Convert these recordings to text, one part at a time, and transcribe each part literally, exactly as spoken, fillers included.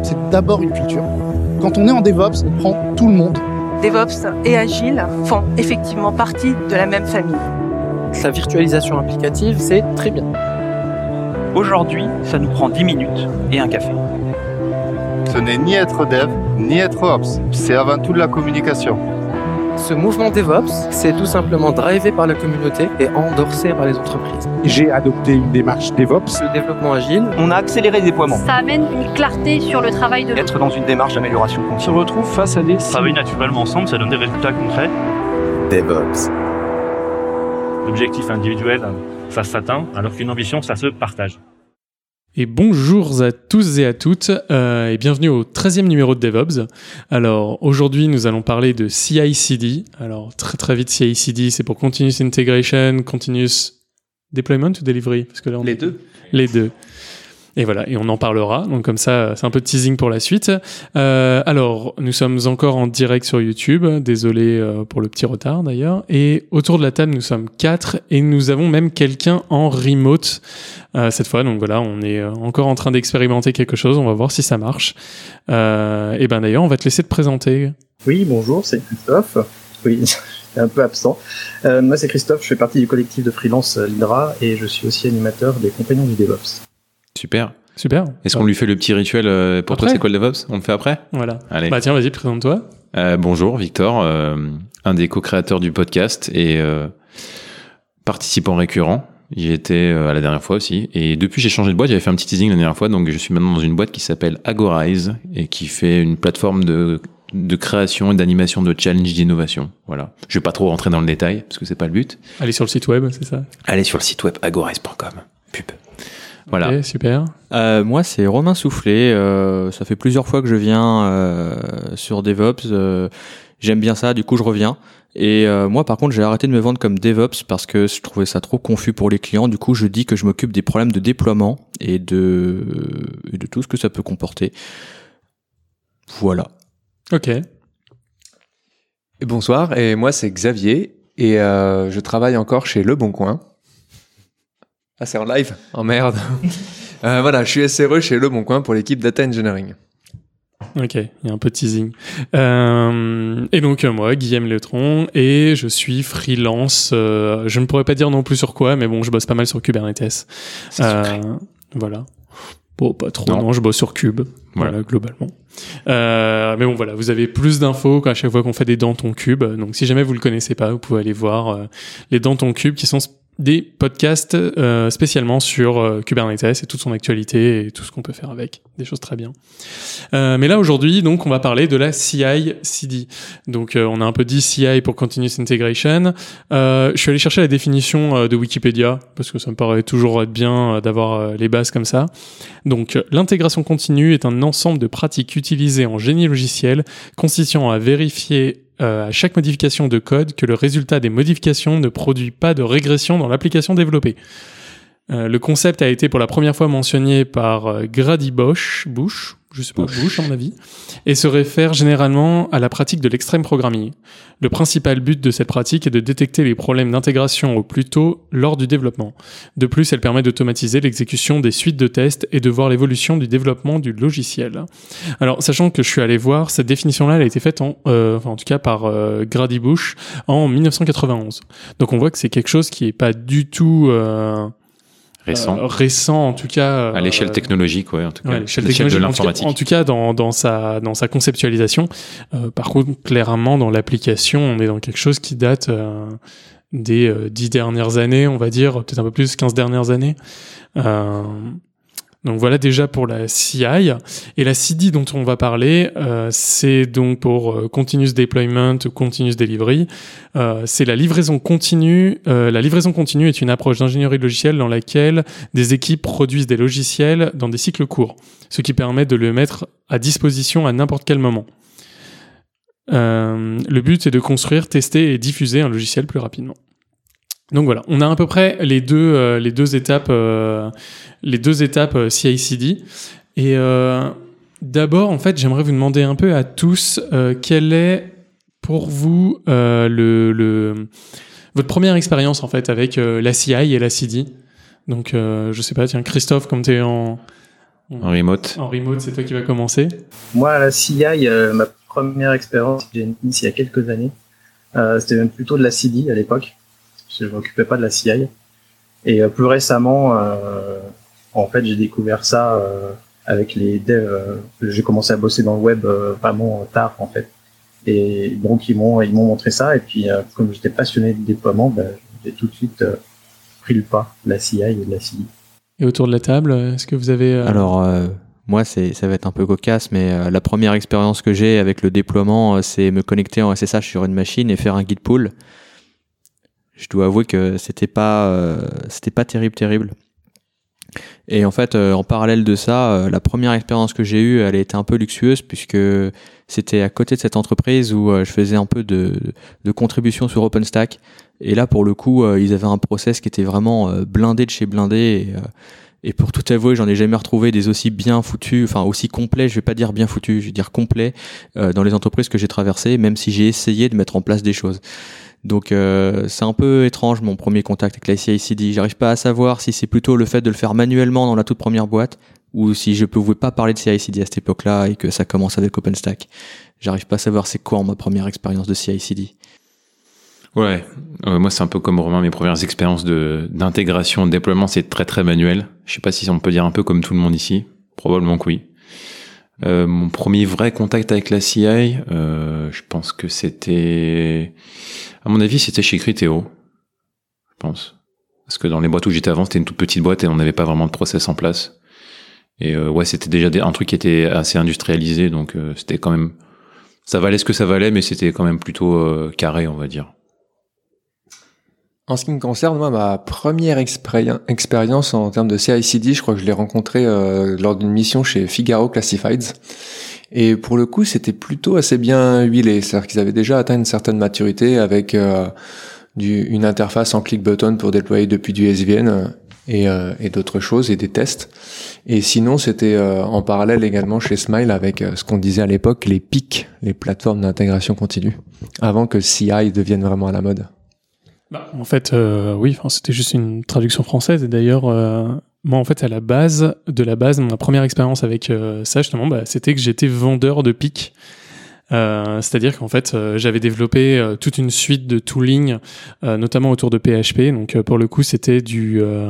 c'est d'abord une culture. Quand on est en DevOps, on prend tout le monde. DevOps et Agile font effectivement partie de la même famille. La virtualisation applicative, c'est très bien. Aujourd'hui, ça nous prend dix minutes et un café. Ce n'est ni être dev, ni être ops. C'est avant tout de la communication. Ce mouvement DevOps, c'est tout simplement drivé par la communauté et endorsé par les entreprises. J'ai adopté une démarche DevOps. Le développement agile, on a accéléré le déploiement. Ça amène une clarté sur le travail de l'autre. Être dans une démarche d'amélioration continue. On se retrouve face à des... Travailler naturellement ensemble, ça donne des résultats concrets. DevOps. L'objectif individuel, ça s'atteint, alors qu'une ambition, ça se partage. Et bonjour à tous et à toutes euh, et bienvenue au treizième numéro de DevOps. Alors aujourd'hui nous allons parler de C I C D. Alors très très vite, C I C D c'est pour Continuous Integration, Continuous Deployment ou Delivery parce que là on Les deux. Les deux. Et voilà, et on en parlera. Donc comme ça, c'est un peu de teasing pour la suite. Euh, alors, nous sommes encore en direct sur YouTube. Désolé euh, pour le petit retard d'ailleurs. Et autour de la table, nous sommes quatre et nous avons même quelqu'un en remote euh, cette fois. Donc voilà, on est encore en train d'expérimenter quelque chose. On va voir si ça marche. Euh, et ben d'ailleurs, on va te laisser te présenter. Oui, bonjour, c'est Christophe. Oui, j'étais un peu absent. Euh, moi, c'est Christophe. Je fais partie du collectif de freelance Lidra et je suis aussi animateur des Compagnons du DevOps. Super. Super. Est-ce ouais. qu'on lui fait le petit rituel euh, pour après. Toi, c'est quoi le DevOps? On le fait après? Voilà. Allez. Bah tiens, vas-y, présente-toi. Euh, bonjour, Victor, euh, un des co-créateurs du podcast et euh, participant récurrent. J'y étais euh, à la dernière fois aussi. Et depuis, j'ai changé de boîte. J'avais fait un petit teasing la dernière fois. Donc, je suis maintenant dans une boîte qui s'appelle Agorize et qui fait une plateforme de, de création et d'animation de challenge d'innovation. Voilà. Je vais pas trop rentrer dans le détail parce que c'est pas le but. Allez sur le site web, c'est ça? Allez sur le site web agorize point com. Pub. Voilà. Ok, super. Euh, moi, c'est Romain Soufflet. Euh, ça fait plusieurs fois que je viens euh, sur DevOps. Euh, j'aime bien ça, du coup, je reviens. Et euh, moi, par contre, j'ai arrêté de me vendre comme DevOps parce que je trouvais ça trop confus pour les clients. Du coup, je dis que je m'occupe des problèmes de déploiement et de, et de tout ce que ça peut comporter. Voilà. Ok. Et bonsoir, et moi, c'est Xavier. Et euh, je travaille encore chez Le Bon Coin. Ah, c'est en live? Oh merde. euh, voilà, je suis S R E chez Le Bon Coin pour l'équipe Data Engineering. Ok, il y a un peu de teasing. Euh, et donc, euh, moi, Guillaume Letron, et je suis freelance. Euh, je ne pourrais pas dire non plus sur quoi, mais bon, je bosse pas mal sur Kubernetes. Euh, voilà. Bon, pas trop, non, non je bosse sur Kube, voilà, voilà globalement. Euh, mais bon, voilà, vous avez plus d'infos qu'à chaque fois qu'on fait des Danton Cube. Donc, si jamais vous le connaissez pas, vous pouvez aller voir euh, les Danton Cube qui sont des podcasts euh, spécialement sur euh, Kubernetes et toute son actualité et tout ce qu'on peut faire avec, des choses très bien. Euh, mais là aujourd'hui, donc, on va parler de la C I C D. Donc, euh, on a un peu dit C I pour Continuous Integration. Euh, je suis allé chercher la définition euh, de Wikipédia parce que ça me paraît toujours être bien euh, d'avoir euh, les bases comme ça. Donc, l'intégration continue est un ensemble de pratiques utilisées en génie logiciel consistant à vérifier Euh, à chaque modification de code que le résultat des modifications ne produit pas de régression dans l'application développée. Euh, le concept a été pour la première fois mentionné par euh, Grady Bosch, Bush, je sais pas, Bush. Bush à mon avis, et se réfère généralement à la pratique de l'extreme programming. Le principal but de cette pratique est de détecter les problèmes d'intégration au plus tôt lors du développement. De plus, elle permet d'automatiser l'exécution des suites de tests et de voir l'évolution du développement du logiciel. Alors, sachant que je suis allé voir, cette définition-là, elle a été faite en, euh, enfin, en tout cas par euh, Grady Bush en dix-neuf cent quatre-vingt-onze. Donc, on voit que c'est quelque chose qui est pas du tout euh, Récent. Euh, récent, en tout cas. Euh, à l'échelle technologique, ouais, en tout cas. Ouais, à l'échelle, l'échelle de l'informatique. En tout cas, en tout cas dans, dans, sa, dans sa conceptualisation. Euh, par contre, clairement, dans l'application, on est dans quelque chose qui date euh, des euh, dix dernières années, on va dire, peut-être un peu plus, quinze dernières années. Euh, donc voilà déjà pour la C I. Et la C D dont on va parler, euh, c'est donc pour euh, Continuous Deployment ou Continuous Delivery. Euh, c'est la livraison continue. Euh, la livraison continue est une approche d'ingénierie logicielle dans laquelle des équipes produisent des logiciels dans des cycles courts, ce qui permet de le mettre à disposition à n'importe quel moment. Euh, le but est de construire, tester et diffuser un logiciel plus rapidement. Donc voilà, on a à peu près les deux euh, les deux étapes euh, les deux étapes euh, C I C D. Et euh, d'abord, en fait, j'aimerais vous demander un peu à tous euh, quel est pour vous euh, le, le votre première expérience en fait avec euh, la C I et la C D. Donc euh, je sais pas, tiens Christophe, comme t'es en En remote. En remote, c'est toi qui vas commencer. Moi, à la C I, euh, ma première expérience Jenkins il y a quelques années, euh, c'était même plutôt de la C D à l'époque. Je ne m'occupais pas de la C I. Et euh, plus récemment, euh, en fait, j'ai découvert ça euh, avec les devs. Euh, j'ai commencé à bosser dans le web euh, vraiment tard, en fait. Et donc, ils m'ont ils m'ont montré ça. Et puis, euh, comme j'étais passionné de déploiement, ben, j'ai tout de suite euh, pris le pas de la C I et de la C D. Et autour de la table, est-ce que vous avez... Euh... Alors, euh, moi, c'est, ça va être un peu cocasse, mais euh, la première expérience que j'ai avec le déploiement, euh, c'est me connecter en S S H sur une machine et faire un git pull. Je dois avouer que c'était pas, euh, c'était pas terrible, terrible. Et en fait, euh, en parallèle de ça, euh, la première expérience que j'ai eue, elle a été un peu luxueuse puisque c'était à côté de cette entreprise où euh, je faisais un peu de, de contribution sur OpenStack. Et là, pour le coup, euh, ils avaient un process qui était vraiment euh, blindé de chez blindé. Et, euh, et pour tout avouer, j'en ai jamais retrouvé des aussi bien foutus, enfin aussi complets. Je vais pas dire bien foutus, je vais dire complets euh, dans les entreprises que j'ai traversées, même si j'ai essayé de mettre en place des choses. Donc euh, c'est un peu étrange mon premier contact avec la C I C D. J'arrive pas à savoir si c'est plutôt le fait de le faire manuellement dans la toute première boîte ou si je ne pouvais pas parler de C I C D à cette époque-là et que ça commence avec OpenStack. J'arrive pas à savoir c'est quoi ma première expérience de C I C D. Ouais, euh, moi c'est un peu comme Romain, mes premières expériences de d'intégration, de déploiement, c'est très très manuel. Je sais pas si on peut dire un peu comme tout le monde ici, probablement que oui. Euh, mon premier vrai contact avec la C I, euh, je pense que c'était, à mon avis, c'était chez Criteo, je pense. Parce que dans les boîtes où j'étais avant, c'était une toute petite boîte et on n'avait pas vraiment de process en place. Et euh, ouais, c'était déjà des, un truc qui était assez industrialisé, donc euh, c'était quand même, ça valait ce que ça valait, mais c'était quand même plutôt euh, carré, on va dire. En ce qui me concerne, moi, ma première expéri- expérience en termes de C I C D, je crois que je l'ai rencontré euh, lors d'une mission chez Figaro Classifieds. Et pour le coup, c'était plutôt assez bien huilé. C'est-à-dire qu'ils avaient déjà atteint une certaine maturité avec euh, du, une interface en click button pour déployer depuis du S V N et, euh, et d'autres choses et des tests. Et sinon, c'était euh, en parallèle également chez Smile avec euh, ce qu'on disait à l'époque, les P I C, les plateformes d'intégration continue, avant que C I devienne vraiment à la mode. Bah, en fait, euh, oui, c'était juste une traduction française. Et d'ailleurs, euh, moi, en fait, à la base, de la base, ma première expérience avec euh, ça, justement, bah, c'était que j'étais vendeur de P I C. Euh, c'est-à-dire qu'en fait, euh, j'avais développé euh, toute une suite de tooling, euh, notamment autour de P H P. Donc, euh, pour le coup, c'était du euh,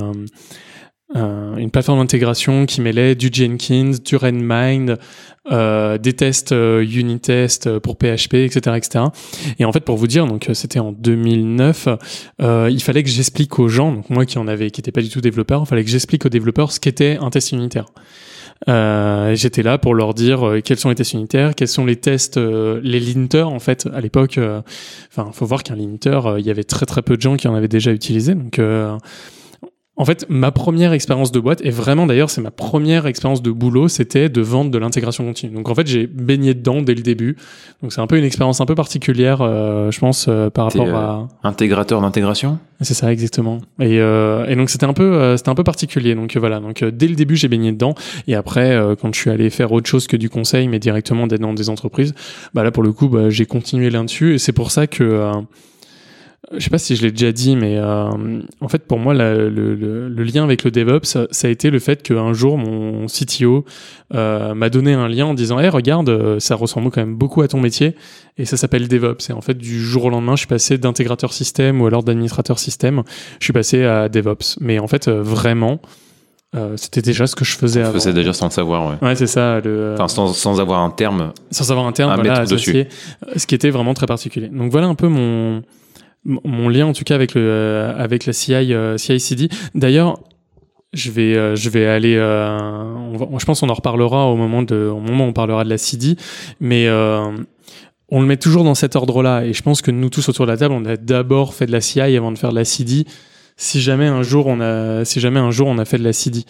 euh, une plateforme d'intégration qui mêlait du Jenkins, du Redmine, euh, des tests euh, unit tests pour P H P, et cetera, et cetera. Et en fait, pour vous dire, donc c'était en deux mille neuf, euh, il fallait que j'explique aux gens, donc moi qui en avait, qui n'était pas du tout développeur, il fallait que j'explique aux développeurs ce qu'était un test unitaire. Euh, j'étais là pour leur dire euh, quels sont les tests unitaires, quels sont les tests, euh, les linters en fait à l'époque. Enfin, euh, faut voir qu'un linter, il euh, y avait très très peu de gens qui en avaient déjà utilisé. Donc, euh, en fait, ma première expérience de boîte, et vraiment d'ailleurs c'est ma première expérience de boulot, c'était de vendre de l'intégration continue. Donc en fait j'ai baigné dedans dès le début. Donc c'est un peu une expérience un peu particulière, euh, je pense, euh, par T'es, rapport euh, à... Intégrateur d'intégration ? C'est ça, exactement. Et, euh, et donc c'était un peu, euh, c'était un peu particulier. Donc euh, voilà. Donc euh, dès le début j'ai baigné dedans. Et après, euh, quand je suis allé faire autre chose que du conseil, mais directement d'être dans des entreprises, bah là pour le coup, bah, j'ai continué là-dessus. Et c'est pour ça que euh, je sais pas si je l'ai déjà dit, mais euh, en fait, pour moi, la, le, le, le lien avec le DevOps, ça, ça a été le fait qu'un jour, mon C T O euh, m'a donné un lien en disant hey, « regarde, ça ressemble quand même beaucoup à ton métier, et ça s'appelle DevOps. » Et en fait, du jour au lendemain, je suis passé d'intégrateur système ou alors d'administrateur système, je suis passé à DevOps. Mais en fait, euh, vraiment... Euh, c'était déjà ce que je faisais On avant. faisait déjà sans le savoir, ouais. Ouais, c'est ça. Le... Enfin, sans, sans avoir un terme. Sans avoir un terme, à voilà, mettre associé. dessus. Ce qui était vraiment très particulier. Donc voilà un peu mon mon lien en tout cas avec le euh, avec la C I euh, C I C D. D'ailleurs, je vais euh, je vais aller. Euh, on va, je pense qu'on en reparlera au moment de au moment où on parlera de la C D, mais euh, on le met toujours dans cet ordre-là. Et je pense que nous tous autour de la table, on a d'abord fait de la C I avant de faire de la C D. Si jamais un jour on a, si jamais un jour on a fait de la C D,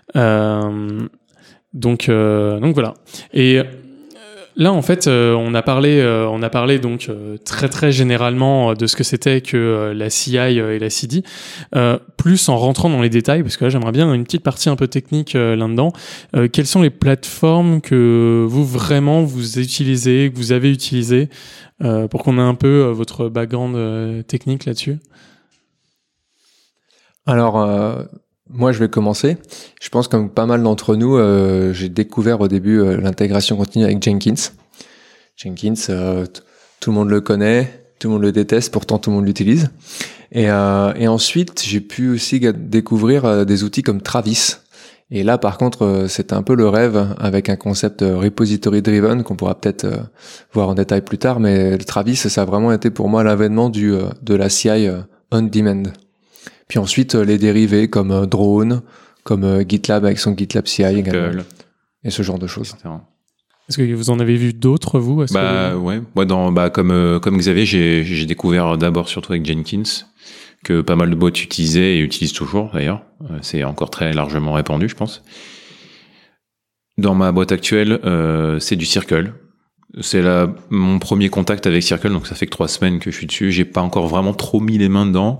euh, donc euh, donc voilà. Et là en fait, euh, on a parlé, euh, on a parlé donc euh, très très généralement de ce que c'était que euh, la C I et la C D, euh, plus en rentrant dans les détails, parce que là j'aimerais bien une petite partie un peu technique euh, là-dedans. Euh, quelles sont les plateformes que vous vraiment vous utilisez, que vous avez utilisées, euh, pour qu'on ait un peu euh, votre background euh, technique là-dessus? Alors, euh, Moi, je vais commencer. Je pense comme pas mal d'entre nous, euh, j'ai découvert au début euh, l'intégration continue avec Jenkins. Jenkins, euh, t- tout le monde le connaît, tout le monde le déteste, pourtant tout le monde l'utilise. Et, euh, et ensuite, j'ai pu aussi g- découvrir euh, des outils comme Travis. Et là, par contre, euh, c'était un peu le rêve avec un concept euh, repository driven qu'on pourra peut-être euh, voir en détail plus tard. Mais Travis, ça a vraiment été pour moi l'avènement du euh, de la C I euh, on demand. Puis ensuite, euh, les dérivés comme euh, Drone, comme euh, GitLab avec son GitLab C I également, et ce genre de choses. et cetera. Est-ce que vous en avez vu d'autres, vous? Est-ce Bah que... ouais, moi dans bah comme euh, comme Xavier, j'ai j'ai découvert d'abord surtout avec Jenkins que pas mal de boîtes utilisaient et utilisent toujours d'ailleurs. Euh, c'est encore très largement répandu, je pense. Dans ma boîte actuelle, euh, c'est du Circle. C'est là mon premier contact avec Circle, donc ça fait que trois semaines que je suis dessus. J'ai pas encore vraiment trop mis les mains dedans.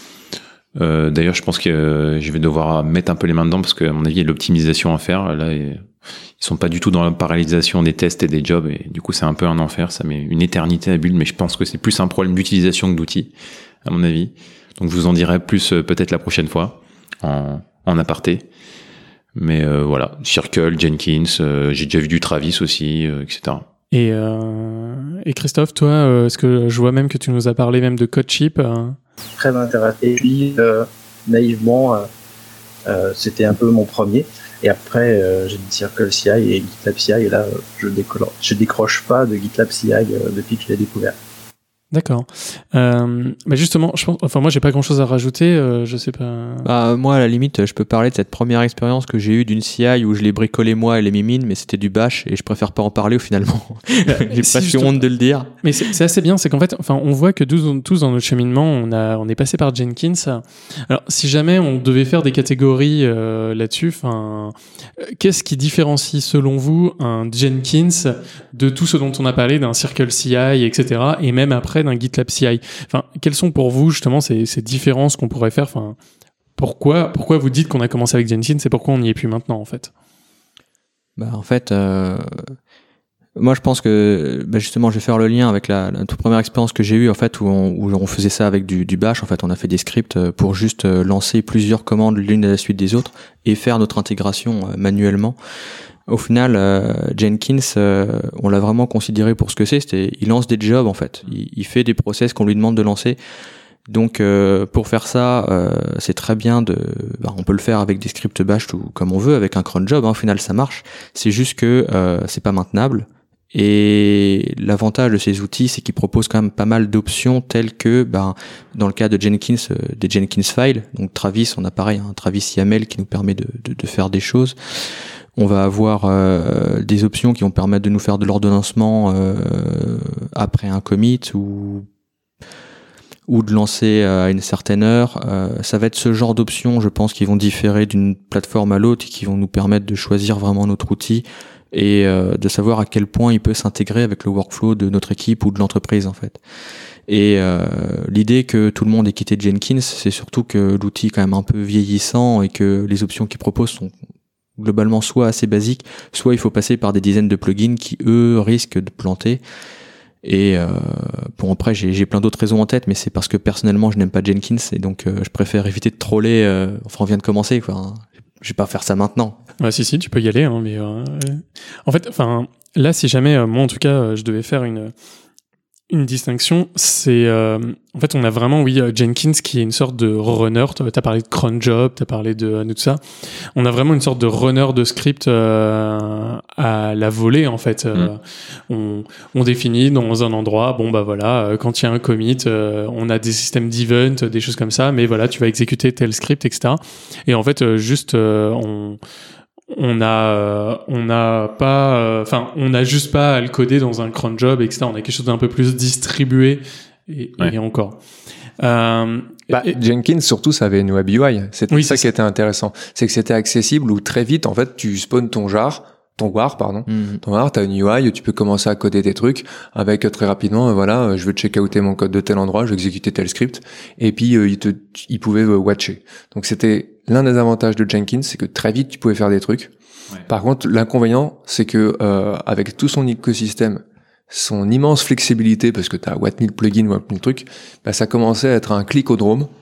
Euh, d'ailleurs, je pense que euh, je vais devoir mettre un peu les mains dedans parce qu'à mon avis, il y a de l'optimisation à faire. Là, et, ils sont pas du tout dans la parallélisation des tests et des jobs, et du coup, c'est un peu un enfer. Ça met une éternité à build, mais je pense que c'est plus un problème d'utilisation que d'outils, à mon avis. Donc, je vous en dirai plus euh, peut-être la prochaine fois en, en aparté. Mais euh, voilà, Circle, Jenkins, euh, j'ai déjà vu du Travis aussi, euh, et cetera. Et, euh, et Christophe, toi, euh, est-ce que je vois même que tu nous as parlé même de CodeShip euh... Très intéressé. Puis, euh, naïvement, euh, euh, c'était un peu mon premier. Et après, euh, j'ai dit Circle C I et GitLab C I. Et là, je, décolle, je décroche pas de GitLab C I euh, depuis que je l'ai découvert. D'accord. Euh, bah justement, je pense, enfin moi j'ai pas grand chose à rajouter, euh, je sais pas. Bah, moi à la limite, je peux parler de cette première expérience que j'ai eue d'une C I où je l'ai bricolé moi et les mimines, mais c'était du bash et je préfère pas en parler finalement. Bah, j'ai si, presque honte de le dire. Mais c'est, c'est assez bien, c'est qu'en fait, enfin on voit que tous, tous dans notre cheminement, on a, on est passé par Jenkins. Alors si jamais on devait faire des catégories euh, là-dessus, enfin, qu'est-ce qui différencie selon vous un Jenkins de tout ce dont on a parlé, d'un Circle C I, et cetera, et même après d'un GitLab C I. Enfin, quelles sont pour vous justement ces, ces différences qu'on pourrait faire? Enfin, pourquoi, pourquoi vous dites qu'on a commencé avec Jenkins et pourquoi on n'y est plus maintenant en fait? Bah en fait, euh, moi je pense que bah justement je vais faire le lien avec la, la toute première expérience que j'ai eue en fait où on, où on faisait ça avec du, du bash. En fait, on a fait des scripts pour juste lancer plusieurs commandes l'une à la suite des autres et faire notre intégration manuellement. Au final, euh, Jenkins, euh, on l'a vraiment considéré pour ce que c'est. C'était, il lance des jobs en fait. Il, il fait des process qu'on lui demande de lancer. Donc, euh, pour faire ça, euh, c'est très bien de. Bah, on peut le faire avec des scripts bash ou comme on veut, avec un cron job. Hein, au final, ça marche. C'est juste que euh, c'est pas maintenable. Et l'avantage de ces outils, c'est qu'ils proposent quand même pas mal d'options telles que, ben, dans le cas de Jenkins, euh, des Jenkins files. Donc Travis, on a pareil un Travis YAML qui nous permet de, de, de faire des choses. On va avoir euh, des options qui vont permettre de nous faire de l'ordonnancement euh, après un commit ou ou de lancer à une certaine heure. Euh, ça va être ce genre d'options, je pense, qui vont différer d'une plateforme à l'autre et qui vont nous permettre de choisir vraiment notre outil et euh, de savoir à quel point il peut s'intégrer avec le workflow de notre équipe ou de l'entreprise en fait. Et euh, l'idée que tout le monde ait quitté Jenkins, c'est surtout que l'outil est quand même un peu vieillissant et que les options qu'il propose sont globalement soit assez basiques, soit il faut passer par des dizaines de plugins qui eux risquent de planter. Et euh, bon après j'ai, j'ai plein d'autres raisons en tête, mais c'est parce que personnellement je n'aime pas Jenkins et donc euh, je préfère éviter de troller. Euh, enfin on vient de commencer quoi. Hein. Je vais pas faire ça maintenant. Ouais, si si tu peux y aller hein, mais euh, en fait enfin là si jamais euh, moi en tout cas euh, je devais faire une une distinction, c'est euh, en fait on a vraiment oui Jenkins qui est une sorte de runner. T'as parlé de cron job, t'as parlé de, de tout ça. On a vraiment une sorte de runner de script euh, à la volée en fait. Mm. Euh, on, on définit dans un endroit, bon bah voilà, euh, quand il y a un commit, euh, on a des systèmes d'event, des choses comme ça, mais voilà tu vas exécuter tel script, et cetera. Et en fait euh, juste euh, on on a euh, on a pas enfin euh, on a juste pas à le coder dans un cron job, et cetera. On a quelque chose d'un peu plus distribué et, ouais. et encore euh, bah, et, Jenkins surtout ça avait une web U I, c'était oui, ça c'est qui était intéressant, c'est que c'était accessible où très vite en fait tu spawns ton jar ton war pardon mm-hmm. ton war, t'as une U I, tu peux commencer à coder tes trucs avec très rapidement, voilà, je veux check-outer mon code de tel endroit, je vais exécuter tel script et puis euh, il te il pouvait euh, watcher. Donc c'était l'un des avantages de Jenkins, c'est que très vite tu pouvais faire des trucs. Ouais. Par contre, l'inconvénient, c'est que euh, avec tout son écosystème, son immense flexibilité, parce que t'as what mille plugins, what mille trucs, bah ça commençait à être un clic au drôme.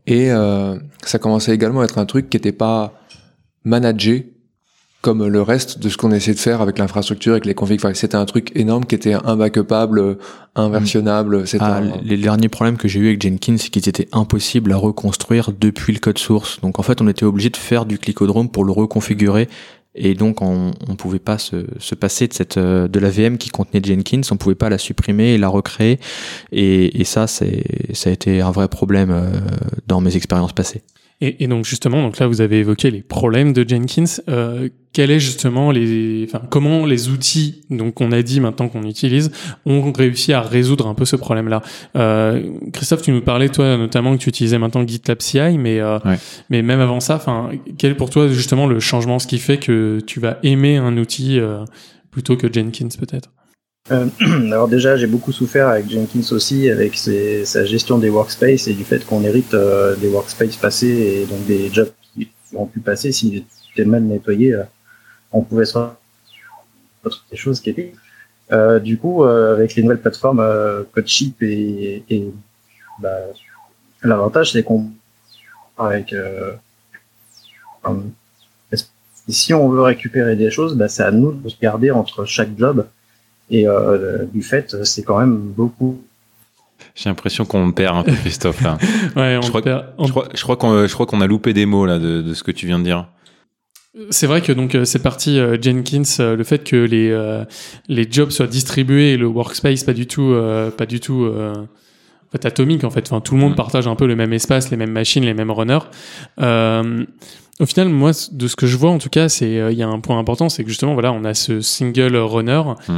Et euh, ça commençait également à être un truc qui n'était pas managé comme le reste de ce qu'on essayait de faire avec l'infrastructure, avec les configs. Enfin, c'était un truc énorme qui était inbackupable, inversionnable. C'était ah, un... Les derniers problèmes que j'ai eu avec Jenkins, c'est qu'ils étaient impossibles à reconstruire depuis le code source. Donc en fait, on était obligé de faire du clicodrome pour le reconfigurer. Et donc on on pouvait pas se, se passer de cette de la V M qui contenait Jenkins, on pouvait pas la supprimer et la recréer. Et, et ça, c'est ça a été un vrai problème euh, dans mes expériences passées. Et, et donc justement, donc là vous avez évoqué les problèmes de Jenkins. Euh, quel est justement les, enfin comment les outils donc on a dit maintenant qu'on utilise ont réussi à résoudre un peu ce problème-là. Euh, Christophe, tu nous parlais toi notamment que tu utilisais maintenant GitLab C I, mais euh, ouais. mais même avant ça, enfin quel est pour toi justement le changement, ce qui fait que tu vas aimer un outil euh, plutôt que Jenkins peut-être? Euh, alors déjà, j'ai beaucoup souffert avec Jenkins aussi, avec ses, sa gestion des workspaces et du fait qu'on hérite euh, des workspaces passés et donc des jobs qui ont pu passer s'ils étaient mal nettoyés, euh, on pouvait se faire des choses qui étaient. Euh, du coup, euh, avec les nouvelles plateformes euh, CodeShip et, et bah, l'avantage c'est qu'on avec euh, euh, si on veut récupérer des choses, bah, c'est à nous de se garder entre chaque job. Et euh, du fait, c'est quand même beaucoup. J'ai l'impression qu'on perd un peu Christophe là. ouais, on je, crois perd, on... je crois, je crois qu'on, je crois qu'on a loupé des mots là de, de ce que tu viens de dire. C'est vrai que donc c'est parti euh, Jenkins, euh, le fait que les euh, les jobs soient distribués et le workspace pas du tout euh, pas du tout euh, en fait atomique en fait. Enfin tout le monde mmh. partage un peu le même espace, les mêmes machines, les mêmes runners. Euh, Au final, moi, de ce que je vois, en tout cas, c'est il euh, y a un point important, c'est que justement, voilà, on a ce single runner mmh.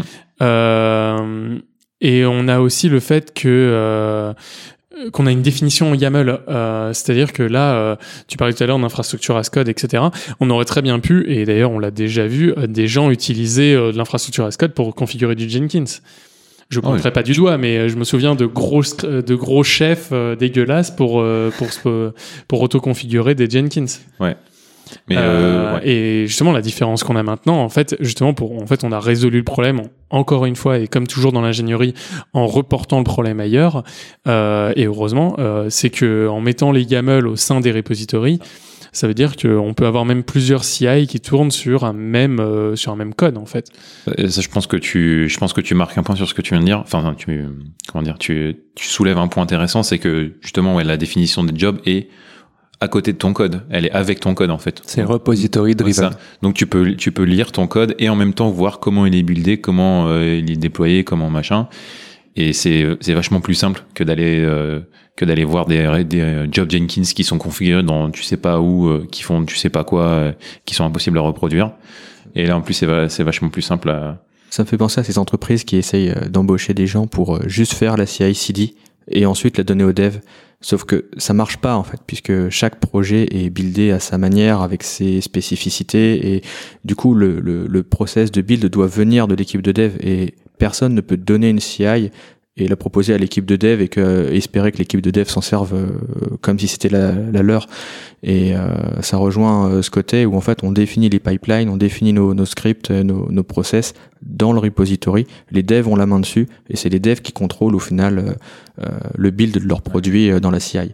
euh, et on a aussi le fait que euh, qu'on a une définition YAML, euh, c'est-à-dire que là, euh, tu parlais tout à l'heure d'infrastructure as code, et cetera. On aurait très bien pu, et d'ailleurs, on l'a déjà vu, euh, des gens utiliser euh, de l'infrastructure as code pour configurer du Jenkins. Je ne pointerai oh oui. pas du doigt, mais je me souviens de gros de gros chefs euh, dégueulasses pour euh, pour pour, pour auto-configurer des Jenkins. Ouais. Mais euh, euh, ouais. Et justement, la différence qu'on a maintenant, en fait, justement, pour en fait, on a résolu le problème encore une fois et comme toujours dans l'ingénierie, en reportant le problème ailleurs. Euh, et heureusement, euh, c'est que en mettant les YAML au sein des repositories, ça veut dire qu'on peut avoir même plusieurs C I qui tournent sur un même euh, sur un même code en fait. Ça, je pense que tu, je pense que tu marques un point sur ce que tu viens de dire. Enfin, tu, comment dire, tu, tu soulèves un point intéressant, c'est que justement, ouais, la définition des jobs est à côté de ton code. Elle est avec ton code en fait. C'est repository driven. Donc tu peux, tu peux lire ton code et en même temps voir comment il est buildé, comment euh, il est déployé, comment machin. Et c'est, c'est vachement plus simple que d'aller euh, que d'aller voir des, des jobs Jenkins qui sont configurés dans tu sais pas où, euh, qui font tu sais pas quoi, euh, qui sont impossibles à reproduire. Et là en plus c'est, c'est vachement plus simple à... Ça me fait penser à ces entreprises qui essayent d'embaucher des gens pour juste faire la C I C D et ensuite la donner aux devs. Sauf que ça marche pas en fait, puisque chaque projet est buildé à sa manière avec ses spécificités et du coup le, le, le process de build doit venir de l'équipe de dev et personne ne peut donner une C I et la proposer à l'équipe de dev et que, espérer que l'équipe de dev s'en serve euh, comme si c'était la, la leur. Et euh, ça rejoint euh, ce côté où en fait on définit les pipelines, on définit nos, nos scripts, nos, nos process dans le repository. Les devs ont la main dessus et c'est les devs qui contrôlent au final euh, le build de leurs produits euh, dans la C I.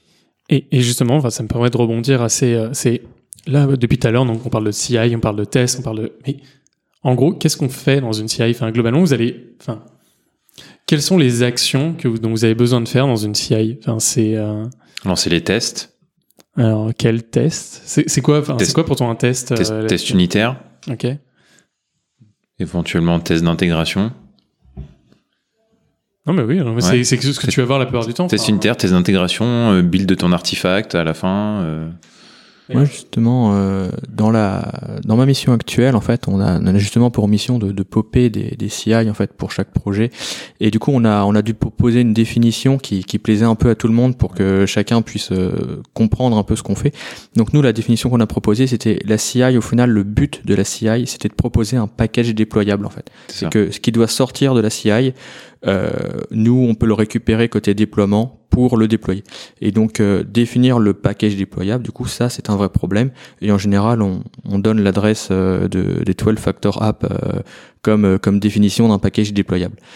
Et, et justement, enfin, ça me permet de rebondir assez. Euh, c'est là depuis tout à l'heure, donc on parle de C I, on parle de test, on parle de. Mais en gros, qu'est-ce qu'on fait dans une C I? Enfin, globalement, vous allez. Enfin, quelles sont les actions que vous, dont vous avez besoin de faire dans une C I? Enfin, c'est. Euh... Lancer les tests. Alors, quel test? C'est, c'est quoi? Enfin, test, c'est quoi pour toi un test? Test, euh, test unitaire. Ok. Éventuellement test d'intégration. Non mais oui, mais ouais. c'est, c'est ce que tu vas voir la plupart du temps. Test unitaire, test d'intégration, euh, build de ton artefact à la fin. Euh... Moi justement, euh, dans la dans ma mission actuelle, en fait, on a, on a justement pour mission de, de popper des, des C I en fait pour chaque projet. Et du coup, on a on a dû proposer une définition qui qui plaisait un peu à tout le monde pour que chacun puisse euh, comprendre un peu ce qu'on fait. Donc nous, la définition qu'on a proposée, c'était la C I. Au final, le but de la C I, c'était de proposer un package déployable en fait. C'est, c'est que ce qui doit sortir de la C I, euh, nous, on peut le récupérer côté déploiement pour le déployer. Et donc euh, définir le package déployable, du coup ça c'est un vrai problème. Et en général on, on donne l'adresse euh, de, des douze factor app euh, comme euh, comme définition d'un package déployable.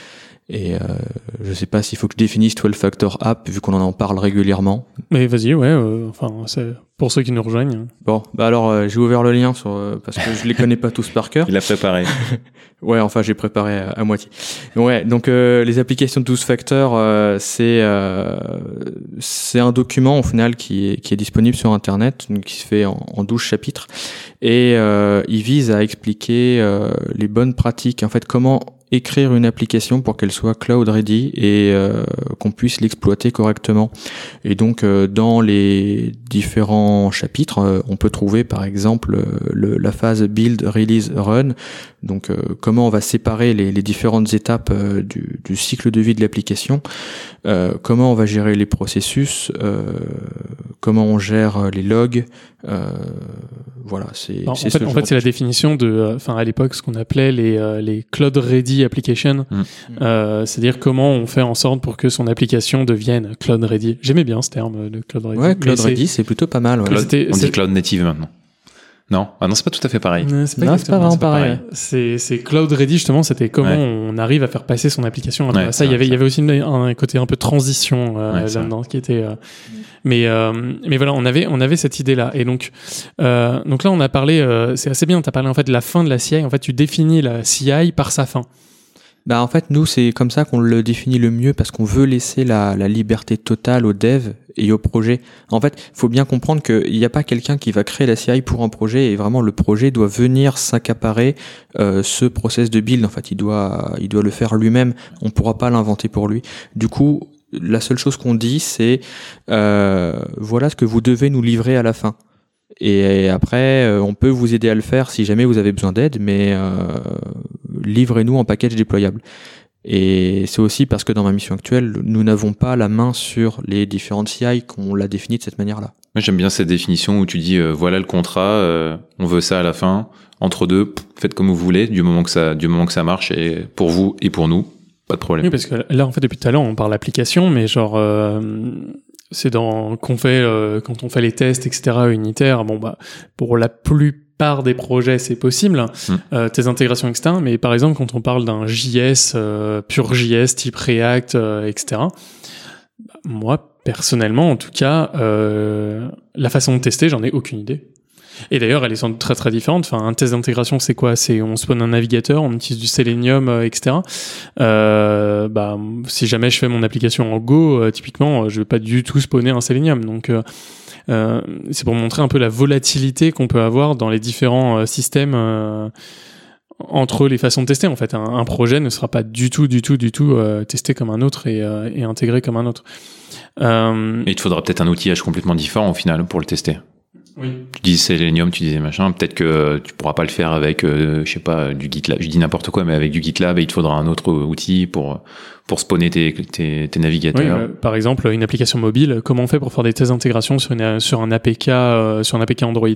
Et euh, je sais pas s'il faut que je définisse twelve factor app vu qu'on en parle régulièrement. Mais vas-y, ouais. Euh, enfin, c'est pour ceux qui nous rejoignent. Bon, bah alors euh, j'ai ouvert le lien sur euh, parce que je les connais pas tous par cœur. Il a préparé. Ouais, enfin j'ai préparé à, à moitié. Ouais, donc euh, les applications de twelve factor, euh, c'est euh, c'est un document au final qui est qui est disponible sur internet, donc, qui se fait en, en douze chapitres et euh, il vise à expliquer euh, les bonnes pratiques. En fait, comment écrire une application pour qu'elle soit cloud ready et euh, qu'on puisse l'exploiter correctement. Et donc euh, dans les différents chapitres, euh, on peut trouver par exemple euh, le, la phase build, release, run. Donc euh, comment on va séparer les, les différentes étapes euh, du, du cycle de vie de l'application, euh, comment on va gérer les processus, euh, comment on gère les logs. Euh, voilà, c'est. En c'est fait, ce en genre fait de c'est la choses. définition de, enfin à l'époque, ce qu'on appelait les euh, les cloud ready applications. Mm. Euh, c'est-à-dire comment on fait en sorte pour que son application devienne cloud ready. J'aimais bien ce terme de cloud ready. Ouais, cloud Mais ready, c'est plutôt pas mal. Ouais. Cloud- C'était- on dit c'est- cloud native maintenant. Non, ah non, c'est pas tout à fait pareil. Euh, c'est pas, Non, c'est pas exactement- vraiment c'est pas pareil. C'est, c'est cloud ready justement. C'était comment Ouais. on arrive à faire passer son application. Ouais, ça, il y c'est avait, vrai, il y avait aussi une- un côté un peu transition euh, Ouais, c'est là-dedans qui était. Euh, mais euh, mais voilà, on avait on avait cette idée là. Et donc euh, donc là, on a parlé. Euh, c'est assez bien. T'as parlé en fait de la fin de la C I. En fait, tu définis la C I par sa fin. Bah en fait nous c'est comme ça qu'on le définit le mieux parce qu'on veut laisser la, la liberté totale aux devs et aux projets. En fait, il faut bien comprendre qu'il n'y a pas quelqu'un qui va créer la C I pour un projet et vraiment le projet doit venir s'accaparer euh, ce process de build. En fait, il doit il doit le faire lui-même. On pourra pas l'inventer pour lui. Du coup, la seule chose qu'on dit c'est euh, voilà ce que vous devez nous livrer à la fin. Et après, euh, on peut vous aider à le faire si jamais vous avez besoin d'aide, mais euh, livrez-nous en package déployable. Et c'est aussi parce que dans ma mission actuelle, nous n'avons pas la main sur les différentes C I qu'on l'a défini de cette manière-là. Moi, j'aime bien cette définition où tu dis euh, voilà le contrat, euh, on veut ça à la fin, entre deux, pff, faites comme vous voulez, du moment que ça, du moment que ça marche et pour vous et pour nous, pas de problème. Oui, parce que là, en fait, depuis tout à l'heure, on parle d'application, mais genre, euh, c'est dans qu'on fait euh, quand on fait les tests, et cetera unitaires. Bon bah, pour la plupart des projets, c'est possible. Mm. Euh, tes intégrations, et cetera. Mais par exemple, quand on parle d'un J S euh, pur J S type React, euh, et cetera. Bah, moi, personnellement, en tout cas, euh, la façon de tester, j'en ai aucune idée. Et d'ailleurs, elle est sans doute très très différente. Enfin, un test d'intégration, c'est quoi? C'est on spawn un navigateur, on utilise du Selenium, euh, et cetera. Euh, bah, si jamais je fais mon application en Go, euh, typiquement, euh, je vais pas du tout spawner un Selenium. Donc, euh, euh, c'est pour montrer un peu la volatilité qu'on peut avoir dans les différents euh, systèmes euh, entre les façons de tester. En fait, un, un projet ne sera pas du tout, du tout, du tout euh, testé comme un autre et, euh, et intégré comme un autre. Euh, Et il te faudra peut-être un outillage complètement différent au final pour le tester. Oui. Tu dis Selenium, tu disais machin, peut-être que tu pourras pas le faire avec, euh, je sais pas, du GitLab, je dis n'importe quoi, mais avec du GitLab, et il te faudra un autre outil pour, pour spawner tes, tes, tes navigateurs. Oui, euh, par exemple, une application mobile, comment on fait pour faire des tests d'intégration sur, une, sur un A P K, euh, sur un A P K Android?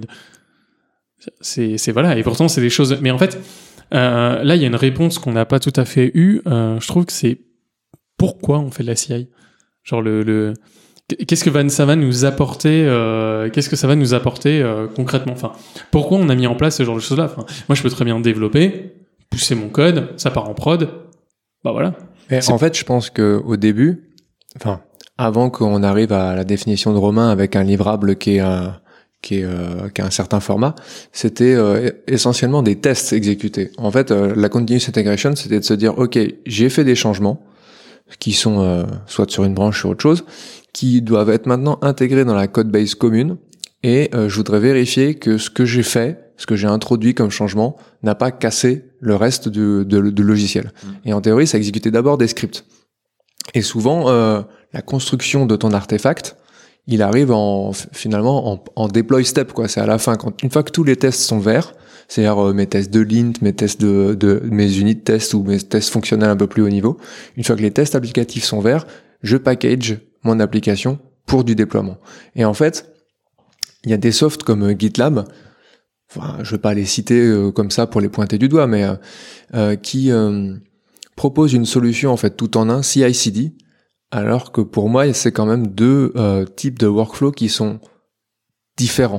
C'est, c'est voilà, et pourtant c'est des choses. Mais en fait, euh, là il y a une réponse qu'on n'a pas tout à fait eue. Euh, je trouve que c'est pourquoi on fait de la C I. Genre le, le qu'est-ce que va, ça va nous apporter euh, Qu'est-ce que ça va nous apporter euh, concrètement? Enfin, pourquoi on a mis en place ce genre de choses-là? Enfin, moi, je peux très bien développer, pousser mon code, ça part en prod. Bah voilà. Mais en fait, je pense que au début, enfin, avant qu'on arrive à la définition de Romain avec un livrable qui est un qui est euh, qui a un certain format, c'était euh, essentiellement des tests exécutés. En fait, euh, la continuous integration, c'était de se dire, ok, j'ai fait des changements qui sont euh, soit sur une branche, sur autre chose, qui doivent être maintenant intégrés dans la code base commune, et euh, je voudrais vérifier que ce que j'ai fait, ce que j'ai introduit comme changement, n'a pas cassé le reste du, de, de logiciel. Mmh. Et en théorie, ça exécutait d'abord des scripts. Et souvent, euh, la construction de ton artefact, il arrive en finalement en, en deploy step, quoi. C'est à la fin, quand une fois que tous les tests sont verts, c'est-à-dire euh, mes tests de lint, mes tests de, de mes unit tests ou mes tests fonctionnels un peu plus haut niveau, une fois que les tests applicatifs sont verts, je package mon application pour du déploiement. Et en fait, il y a des softs comme euh, GitLab, enfin, je vais pas les citer euh, comme ça pour les pointer du doigt, mais euh, euh, qui euh, proposent une solution en fait tout en un, C I C D, alors que pour moi, c'est quand même deux euh, types de workflows qui sont différents.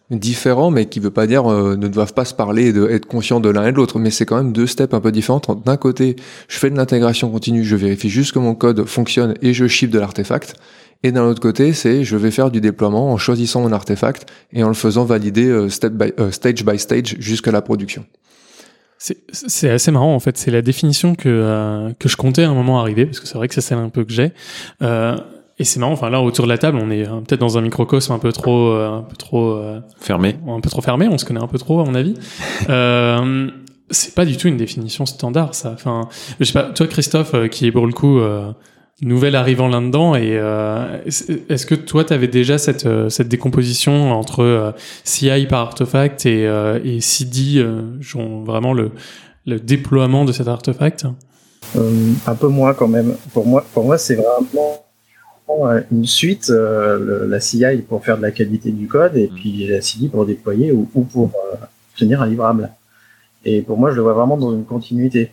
différents, mais qui veut pas dire euh, ne doivent pas se parler et de, être conscients de l'un et de l'autre. Mais c'est quand même deux steps un peu différents. D'un côté, je fais de l'intégration continue, je vérifie juste que mon code fonctionne et je ship de l'artefact. Et d'un autre côté, c'est je vais faire du déploiement en choisissant mon artefact et en le faisant valider euh, step by, euh, stage by stage jusqu'à la production. C'est, c'est assez marrant en fait. C'est la définition que euh, que je comptais à un moment arriver, parce que c'est vrai que c'est celle un peu que j'ai. Euh, Et c'est marrant, enfin là autour de la table, on est euh, peut-être dans un microcosme un peu trop, euh, un peu trop euh, fermé, un peu trop fermé. On se connaît un peu trop à mon avis. euh, c'est pas du tout une définition standard, ça. Enfin, je sais pas. Toi, Christophe, euh, qui est pour le coup euh, nouvel arrivant là-dedans, et euh, est-ce que toi, t'avais déjà cette euh, cette décomposition entre euh, C I par artefact et euh, et C D, euh, genre vraiment le le déploiement de cet artefact? euh, Un peu moins quand même. Pour moi, pour moi, c'est vraiment une suite, euh, le, la C I pour faire de la qualité du code et puis la C D pour déployer ou, ou pour euh, obtenir un livrable. Et pour moi, je le vois vraiment dans une continuité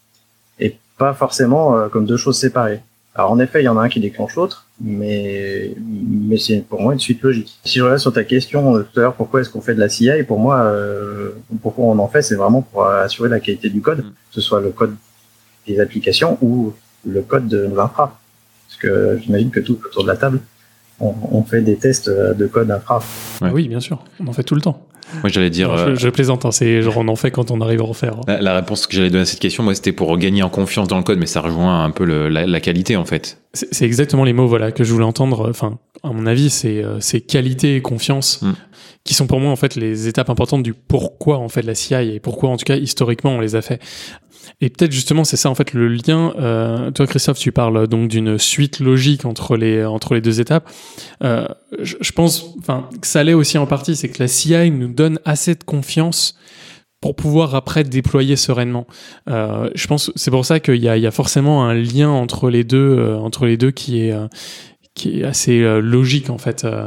et pas forcément euh, comme deux choses séparées. Alors en effet, il y en a un qui déclenche l'autre, mais mais c'est pour moi une suite logique. Si je reviens sur ta question euh, tout à l'heure, pourquoi est-ce qu'on fait de la C I? Pour moi, euh, pourquoi on en fait, c'est vraiment pour assurer la qualité du code, que ce soit le code des applications ou le code de l'infra. Parce que j'imagine que tout autour de la table, on, on fait des tests de code infra. Ouais. Oui, bien sûr, on en fait tout le temps. Moi, j'allais dire. Non, je, je plaisante, hein, c'est genre on en fait quand on arrive à en faire. La, la réponse que j'allais donner à cette question, moi, c'était pour gagner en confiance dans le code, mais ça rejoint un peu le, la, la qualité, en fait. C'est, c'est exactement les mots, voilà, que je voulais entendre. Enfin, à mon avis, c'est, c'est qualité et confiance mm. qui sont pour moi en fait les étapes importantes du pourquoi on fait de la C I et pourquoi, en tout cas, historiquement, on les a fait. Et peut-être justement c'est ça en fait le lien. Euh, toi Christophe, tu parles donc d'une suite logique entre les entre les deux étapes. Euh, je, je pense, enfin que ça l'est aussi en partie, c'est que la C I nous donne assez de confiance pour pouvoir après déployer sereinement. Euh, je pense c'est pour ça qu'il y a il y a forcément un lien entre les deux euh, entre les deux qui est euh, qui est assez euh, logique en fait. Euh.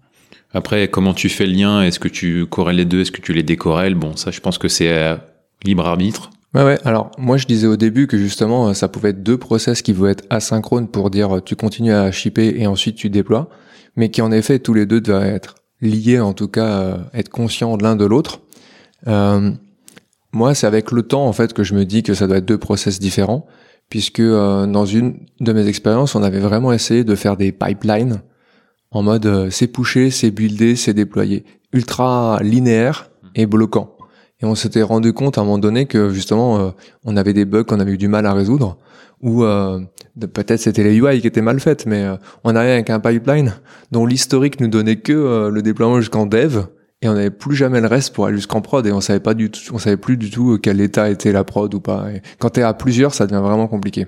Après, comment tu fais le lien? Est-ce que tu corrèles les deux? Est-ce que tu les décorrèles? Bon, ça, je pense que c'est euh, libre arbitre. Ouais, ouais. Alors, moi, je disais au début que justement, ça pouvait être deux process qui pouvaient être asynchrones pour dire tu continues à shipper et ensuite tu déploies, mais qui en effet, tous les deux doivent être liés, en tout cas, euh, être conscients de l'un de l'autre. Euh, moi, c'est avec le temps, en fait, que je me dis que ça doit être deux process différents, puisque euh, dans une de mes expériences, on avait vraiment essayé de faire des pipelines en mode euh, c'est pushé, c'est buildé, c'est déployé, ultra linéaire et bloquant. Et on s'était rendu compte à un moment donné que justement euh, on avait des bugs qu'on avait eu du mal à résoudre, ou euh, peut-être c'était les U I qui étaient mal faites, mais euh, on arrivait avec un pipeline dont l'historique nous donnait que euh, le déploiement jusqu'en dev, et on n'avait plus jamais le reste pour aller jusqu'en prod, et on savait pas du tout, on savait plus du tout quel état était la prod ou pas. Et quand t'es à plusieurs, ça devient vraiment compliqué.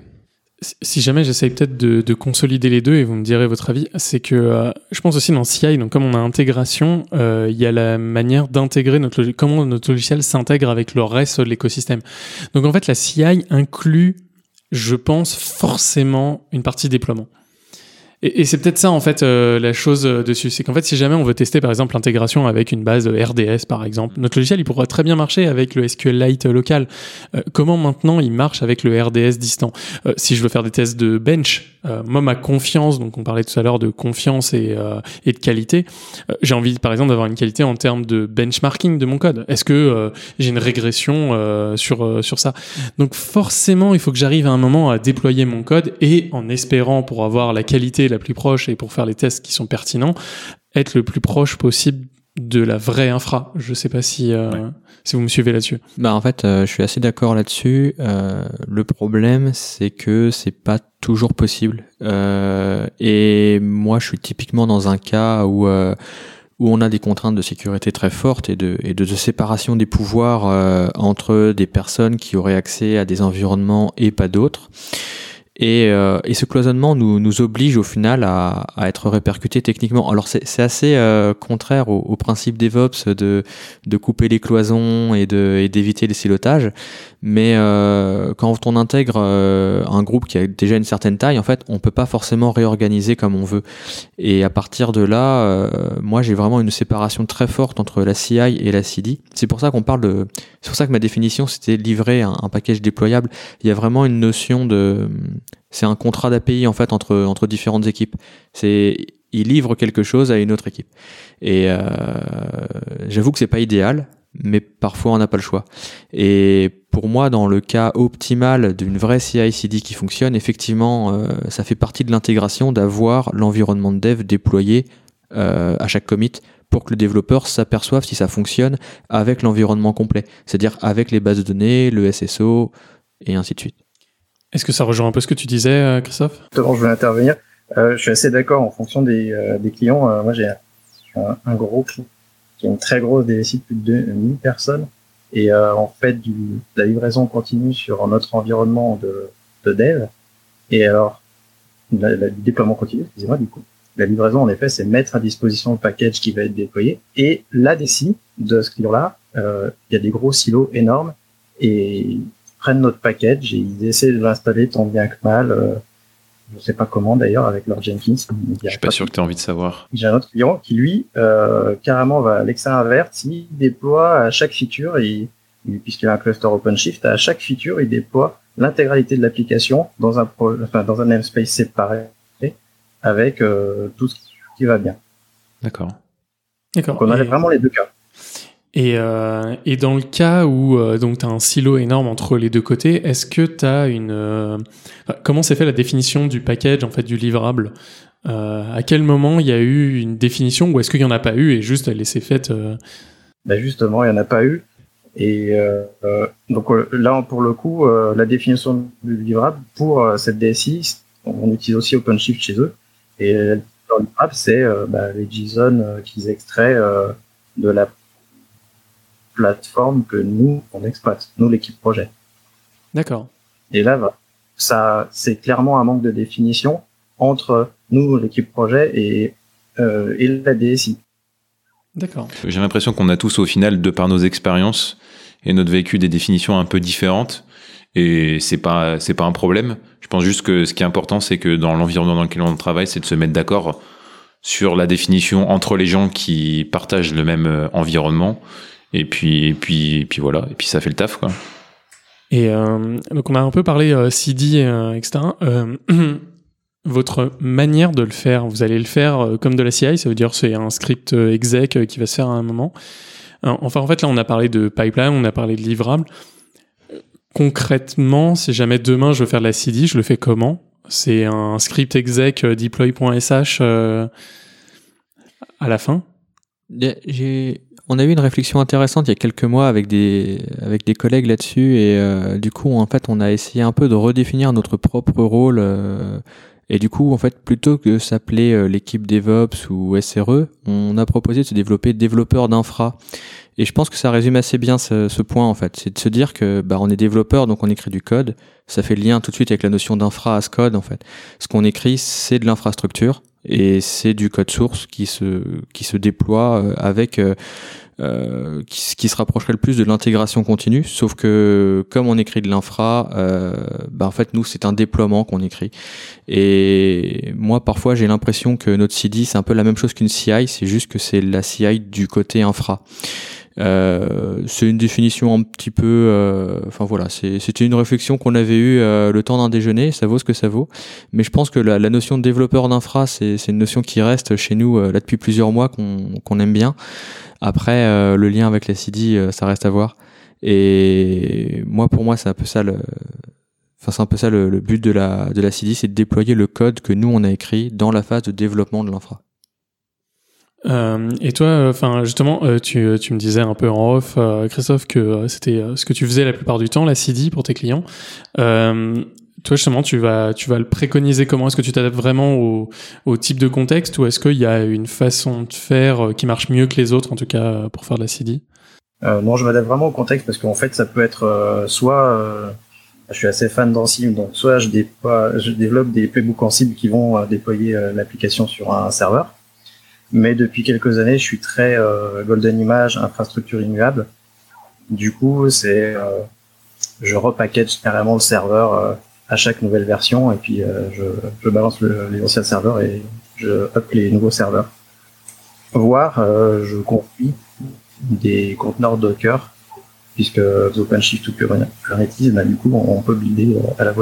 Si jamais j'essaye peut-être de, de consolider les deux et vous me direz votre avis, c'est que euh, je pense aussi dans C I, donc comme on a intégration, euh, il y a la manière d'intégrer notre comment notre logiciel s'intègre avec le reste de l'écosystème. Donc en fait la C I inclut, je pense, forcément une partie déploiement. Et, et c'est peut-être ça en fait euh, la chose dessus, c'est qu'en fait si jamais on veut tester par exemple l'intégration avec une base R D S par exemple, notre logiciel il pourra très bien marcher avec le S Q L Lite local. Euh, comment maintenant il marche avec le R D S distant? euh, Si je veux faire des tests de bench, euh, moi ma confiance, donc on parlait tout à l'heure de confiance et, euh, et de qualité, euh, j'ai envie par exemple d'avoir une qualité en termes de benchmarking de mon code. Est-ce que euh, j'ai une régression euh, sur euh, sur ça? Donc forcément il faut que j'arrive à un moment à déployer mon code et en espérant pour avoir la qualité la plus proche et pour faire les tests qui sont pertinents, être le plus proche possible de la vraie infra. Je sais pas si euh, ouais. si vous me suivez là-dessus. Bah en fait, euh, je suis assez d'accord là-dessus. Euh, le problème, c'est que c'est pas toujours possible. Euh, et moi, je suis typiquement dans un cas où euh, où on a des contraintes de sécurité très fortes et de et de, de séparation des pouvoirs euh, entre des personnes qui auraient accès à des environnements et pas d'autres. Et, euh, et ce cloisonnement nous, nous oblige au final à, à être répercuté techniquement. Alors c'est, c'est assez euh, contraire au, au principe DevOps de, de couper les cloisons et, de, et d'éviter les silotages. Mais euh, quand on intègre euh, un groupe qui a déjà une certaine taille, en fait, on peut pas forcément réorganiser comme on veut. Et à partir de là, euh, moi j'ai vraiment une séparation très forte entre la C I et la C D. C'est pour ça qu'on parle de, c'est pour ça que ma définition c'était livrer un, un package déployable. Il y a vraiment une notion de, c'est un contrat d'A P I en fait entre entre différentes équipes. C'est il livre quelque chose à une autre équipe. Et euh, j'avoue que c'est pas idéal, mais parfois on n'a pas le choix. Et pour moi, dans le cas optimal d'une vraie C I C D qui fonctionne, effectivement, euh, ça fait partie de l'intégration d'avoir l'environnement de dev déployé euh, à chaque commit pour que le développeur s'aperçoive si ça fonctionne avec l'environnement complet, c'est-à-dire avec les bases de données, le S S O, et ainsi de suite. Est-ce que ça rejoint un peu ce que tu disais, Christophe ? Justement, je voulais intervenir. Euh, je suis assez d'accord en fonction des, euh, des clients. Euh, moi, j'ai un, un gros client qui a une très grosse D S I de plus de deux mille personnes. Et euh, en fait, du, de la livraison continue sur notre environnement de, de dev. Et alors, la, la, du déploiement continu, excusez-moi, du coup. La livraison, en effet, c'est mettre à disposition le package qui va être déployé. Et la D C de ce client-là, euh, il y a des gros silos énormes. Et ils prennent notre package et ils essaient de l'installer tant bien que mal. Euh, je ne sais pas comment d'ailleurs avec leur Jenkins. Je suis pas sûr que tu as envie de savoir. J'ai un autre client qui lui euh, carrément va à l'extrême inverse. Il déploie à chaque feature, il, puisqu'il a un cluster OpenShift, à chaque feature il déploie l'intégralité de l'application dans un pro, enfin dans un namespace séparé avec euh, tout ce qui va bien. D'accord. D'accord. Donc on a vraiment les deux cas. Et, euh, et dans le cas où euh, donc tu as un silo énorme entre les deux côtés, est-ce que tu as une... Euh, comment s'est fait la définition du package, en fait, du livrable ? euh, À quel moment il y a eu une définition ou est-ce qu'il n'y en a pas eu et juste elle s'est faite euh... Ben justement, il n'y en a pas eu. Et euh, euh, donc euh, là, pour le coup, euh, la définition du livrable pour euh, cette D S I, on utilise aussi OpenShift chez eux. Et le livrable, c'est euh, bah, les JSON euh, qu'ils extraient euh, de la plateforme que nous, on exploite, nous, l'équipe projet. D'accord. Et là, bah, ça, c'est clairement un manque de définition entre nous, l'équipe projet, et, euh, et la D S I. D'accord. J'ai l'impression qu'on a tous, au final, de par nos expériences et notre vécu, des définitions un peu différentes. Et c'est pas, c'est pas un problème. Je pense juste que ce qui est important, c'est que dans l'environnement dans lequel on travaille, c'est de se mettre d'accord sur la définition entre les gens qui partagent le même environnement. Et puis, et puis, et puis voilà. Et puis ça fait le taf, quoi. Et euh, donc on a un peu parlé euh, C D, euh, et cetera. Euh, votre manière de le faire, vous allez le faire euh, comme de la C I, ça veut dire c'est un script euh, exec euh, qui va se faire à un moment. Euh, enfin, en fait, là, on a parlé de pipeline, on a parlé de livrable. Concrètement, si jamais demain je veux faire de la C D, je le fais comment ? C'est un script exec euh, deploy.sh euh, à la fin ? J'ai... On a eu une réflexion intéressante il y a quelques mois avec des, avec des collègues là-dessus et euh, du coup, en fait, on a essayé un peu de redéfinir notre propre rôle euh, et du coup, en fait, plutôt que s'appeler euh, l'équipe DevOps ou S R E, on a proposé de se développer développeur d'infra. Et je pense que ça résume assez bien ce, ce point, en fait. C'est de se dire que bah, on est développeur, donc on écrit du code. Ça fait le lien tout de suite avec la notion d'infra as code, en fait. Ce qu'on écrit, c'est de l'infrastructure et c'est du code source qui se, qui se déploie euh, avec... Euh, Euh, qui, qui se rapprocherait le plus de l'intégration continue, sauf que comme on écrit de l'infra, euh, bah en fait nous c'est un déploiement qu'on écrit. Et moi parfois j'ai l'impression que notre C D c'est un peu la même chose qu'une C I, c'est juste que c'est la C I du côté infra. Euh, c'est une définition un petit peu, euh, enfin voilà, c'est, c'était une réflexion qu'on avait eue euh, le temps d'un déjeuner, ça vaut ce que ça vaut. Mais je pense que la, la notion de développeur d'infra, c'est, c'est une notion qui reste chez nous euh, là depuis plusieurs mois, qu'on, qu'on aime bien. Après, euh, le lien avec la C D, euh, ça reste à voir. Et moi, pour moi, c'est un peu ça le, enfin c'est un peu ça le, le but de la de la C D, c'est de déployer le code que nous on a écrit dans la phase de développement de l'infra. Euh, et toi, enfin euh, justement, euh, tu, tu me disais un peu en off, euh, Christophe, que euh, c'était euh, ce que tu faisais la plupart du temps, la C D pour tes clients. Euh, toi justement, tu vas, tu vas le préconiser comment ? Est-ce que tu t'adaptes vraiment au, au type de contexte ou est-ce qu'il y a une façon de faire qui marche mieux que les autres, en tout cas pour faire de la C D ? euh, Non, je m'adapte vraiment au contexte parce qu'en fait, ça peut être euh, soit, euh, je suis assez fan d'Ansible, donc soit je, déploie, je développe des playbooks Ansible qui vont euh, déployer euh, l'application sur un serveur. Mais depuis quelques années, je suis très euh, Golden Image, infrastructure immuable. Du coup, c'est euh, je repackage carrément le serveur euh, à chaque nouvelle version et puis euh, je, je balance le, les anciens serveurs et je up les nouveaux serveurs. Voire, euh, je confie des conteneurs Docker puisque OpenShift ou Kubernetes, bah, du coup, on peut builder à la volée.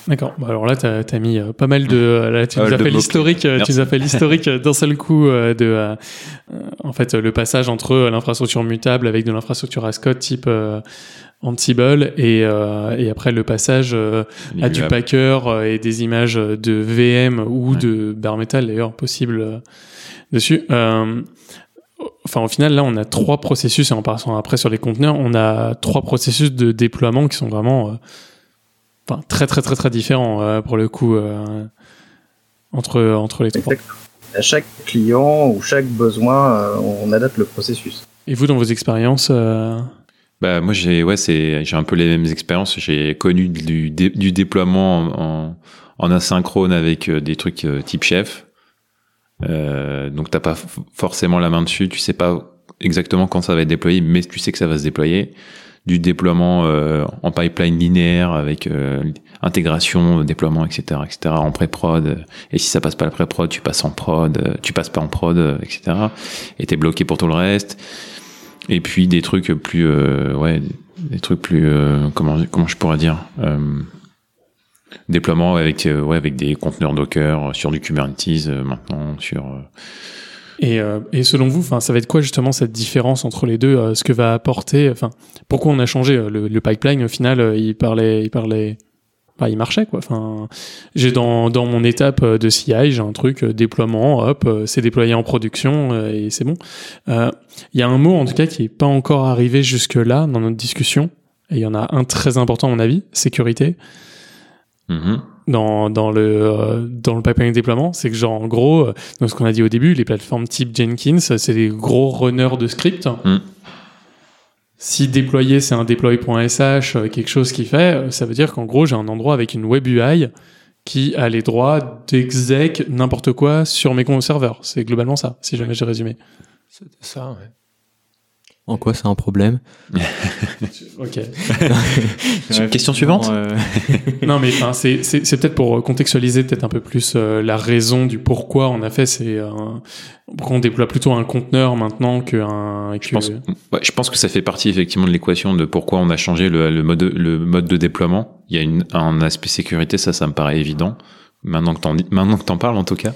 D'accord. Bah alors là, t'as as mis euh, pas mal de. Euh, là, tu Euh, nous as de fait mots-clés. l'historique. euh, Tu Merci. nous as fait l'historique euh, d'un seul coup euh, de. euh, euh, en fait, euh, le passage entre euh, l'infrastructure mutable avec de l'infrastructure Ascot type euh, Ansible et euh, et après le passage euh, à du Immuable. Packer euh, et des images de V M ou Ouais. de bare metal d'ailleurs possible euh, dessus. Euh, Enfin, au final, là, on a trois processus, et en passant après sur les conteneurs, on a trois processus de déploiement qui sont vraiment euh, enfin, très, très, très, très différents euh, pour le coup euh, entre, entre les trois. Exactement. À chaque client ou chaque besoin, euh, on adapte le processus. Et vous, dans vos expériences euh... Bah, moi, j'ai, ouais, c'est, j'ai un peu les mêmes expériences. J'ai connu du, dé, du déploiement en, en, en asynchrone avec euh, des trucs euh, type chef. Euh, donc t'as pas f- forcément la main dessus, tu sais pas exactement quand ça va être déployé, mais tu sais que ça va se déployer. Du déploiement euh, en pipeline linéaire avec euh, intégration, déploiement, et cetera, et cetera en pré-prod. Et si ça passe pas la pré-prod, tu passes en prod, euh, tu passes pas en prod, euh, et cetera. Et t'es bloqué pour tout le reste. Et puis des trucs plus, euh, ouais, des trucs plus, euh, comment comment je pourrais dire. Euh, Déploiement avec euh, ouais avec des conteneurs Docker euh, sur du Kubernetes euh, maintenant sur euh... et, euh, et selon vous, enfin ça va être quoi justement cette différence entre les deux, euh, ce que va apporter, enfin pourquoi on a changé euh, le, le pipeline au final, euh, il parlait il parlait bah, il marchait quoi. Enfin j'ai dans dans mon étape de C I, j'ai un truc euh, déploiement, hop, euh, c'est déployé en production euh, et c'est bon. Il euh, y a un mot en tout cas qui est pas encore arrivé jusque là dans notre discussion, et il y en a un très important à mon avis, sécurité. Mm-hmm. Dans, dans le euh, dans le pipeline de déploiement, c'est que genre en gros, euh, donc ce qu'on a dit au début, les plateformes type Jenkins, c'est des gros runners de script. Mm. Si déployer c'est un deploy.sh, euh, quelque chose qui fait, euh, ça veut dire qu'en gros j'ai un endroit avec une web U I qui a les droits d'exec n'importe quoi sur mes comptes serveurs. C'est globalement ça, si jamais j'ai résumé. C'est ça, ouais. En quoi c'est un problème? Ok. Ouais, question suivante. euh... Non mais enfin c'est c'est c'est peut-être pour contextualiser peut-être un peu plus euh, la raison du pourquoi on a fait, c'est euh, pourquoi on déploie plutôt un conteneur maintenant qu'un que... je pense ouais, je pense que ça fait partie effectivement de l'équation de pourquoi on a changé le, le mode le mode de déploiement. Il y a une, un aspect sécurité, ça ça me paraît évident maintenant que t'en maintenant que t'en parles en tout cas.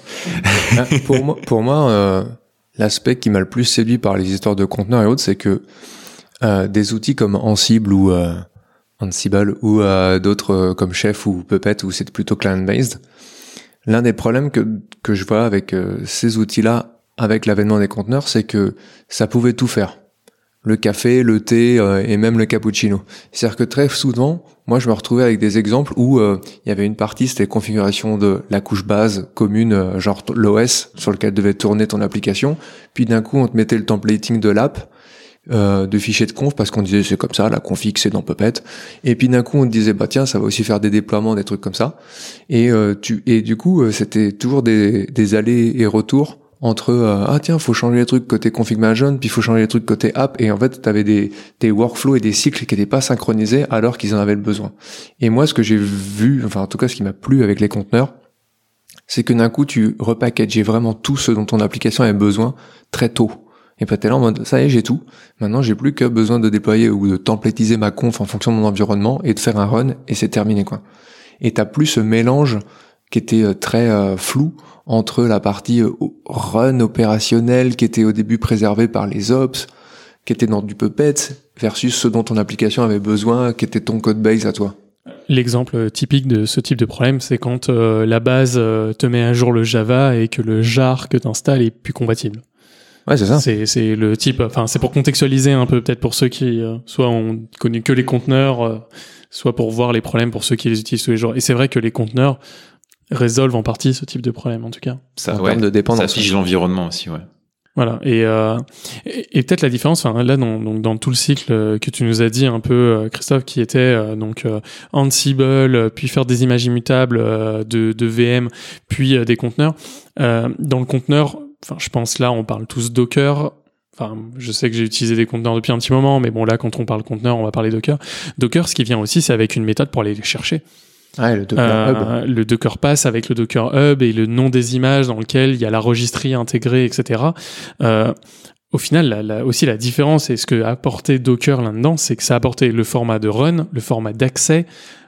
pour moi pour moi euh, l'aspect qui m'a le plus séduit par les histoires de conteneurs et autres, c'est que euh, des outils comme Ansible ou euh, Ansible ou euh, d'autres euh, comme Chef ou Puppet où c'est plutôt client-based, l'un des problèmes que que je vois avec euh, ces outils-là, avec l'avènement des conteneurs, c'est que ça pouvait tout faire. Le café, le thé euh, et même le cappuccino. C'est-à-dire que très souvent, moi je me retrouvais avec des exemples où euh, il y avait une partie, c'était configuration de la couche base commune, euh, genre l'O S sur lequel devait tourner ton application, puis d'un coup on te mettait le templating de l'app, euh, de fichiers de conf, parce qu'on disait c'est comme ça, la config c'est dans Puppet, et puis d'un coup on te disait bah tiens ça va aussi faire des déploiements, des trucs comme ça, et euh, tu et du coup euh, c'était toujours des, des allers et retours entre euh, ah tiens faut changer les trucs côté config management, puis faut changer les trucs côté app, et en fait t'avais des des workflows et des cycles qui étaient pas synchronisés alors qu'ils en avaient le besoin. Et moi ce que j'ai vu, enfin en tout cas ce qui m'a plu avec les conteneurs, c'est que d'un coup tu repackageais vraiment tout ce dont ton application avait besoin très tôt. Et puis t'es là en mode ça y est j'ai tout, maintenant j'ai plus que besoin de déployer ou de templatiser ma conf en fonction de mon environnement et de faire un run et c'est terminé quoi. Et t'as plus ce mélange qui était très euh, flou entre la partie euh, run opérationnelle qui était au début préservée par les ops, qui était dans du Puppet, versus ce dont ton application avait besoin, qui était ton code base à toi. L'exemple typique de ce type de problème, c'est quand euh, la base euh, te met à jour le Java et que le jar que t'installes est plus compatible. Ouais, c'est ça. C'est, c'est le type, enfin, c'est pour contextualiser un peu, peut-être pour ceux qui, euh, soit ont connu que les conteneurs, euh, soit pour voir les problèmes pour ceux qui les utilisent tous les jours. Et c'est vrai que les conteneurs résolvent en partie ce type de problème, en tout cas. Ça, en ouais, termes de dépendance. Ça fige l'environnement aussi, ouais. Voilà. Et, euh, et, et peut-être la différence, enfin, là, dans, donc, dans tout le cycle que tu nous as dit un peu, euh, Christophe, qui était, euh, donc, euh, Ansible, euh, puis faire des images immutables, euh, de, de V M, puis euh, des conteneurs. Euh, dans le conteneur, enfin, je pense là, on parle tous Docker. Enfin, je sais que j'ai utilisé des conteneurs depuis un petit moment, mais bon, là, quand on parle conteneur, on va parler Docker. Docker, ce qui vient aussi, c'est avec une méthode pour aller les chercher. Ah, le Docker euh, Hub. Le Docker Pass avec le Docker Hub et le nom des images dans lequel il y a la registrie intégrée, et cetera. Euh, au final, la, la, aussi la différence et ce que a apporté Docker là-dedans, c'est que ça a apporté le format de run, le format d'accès,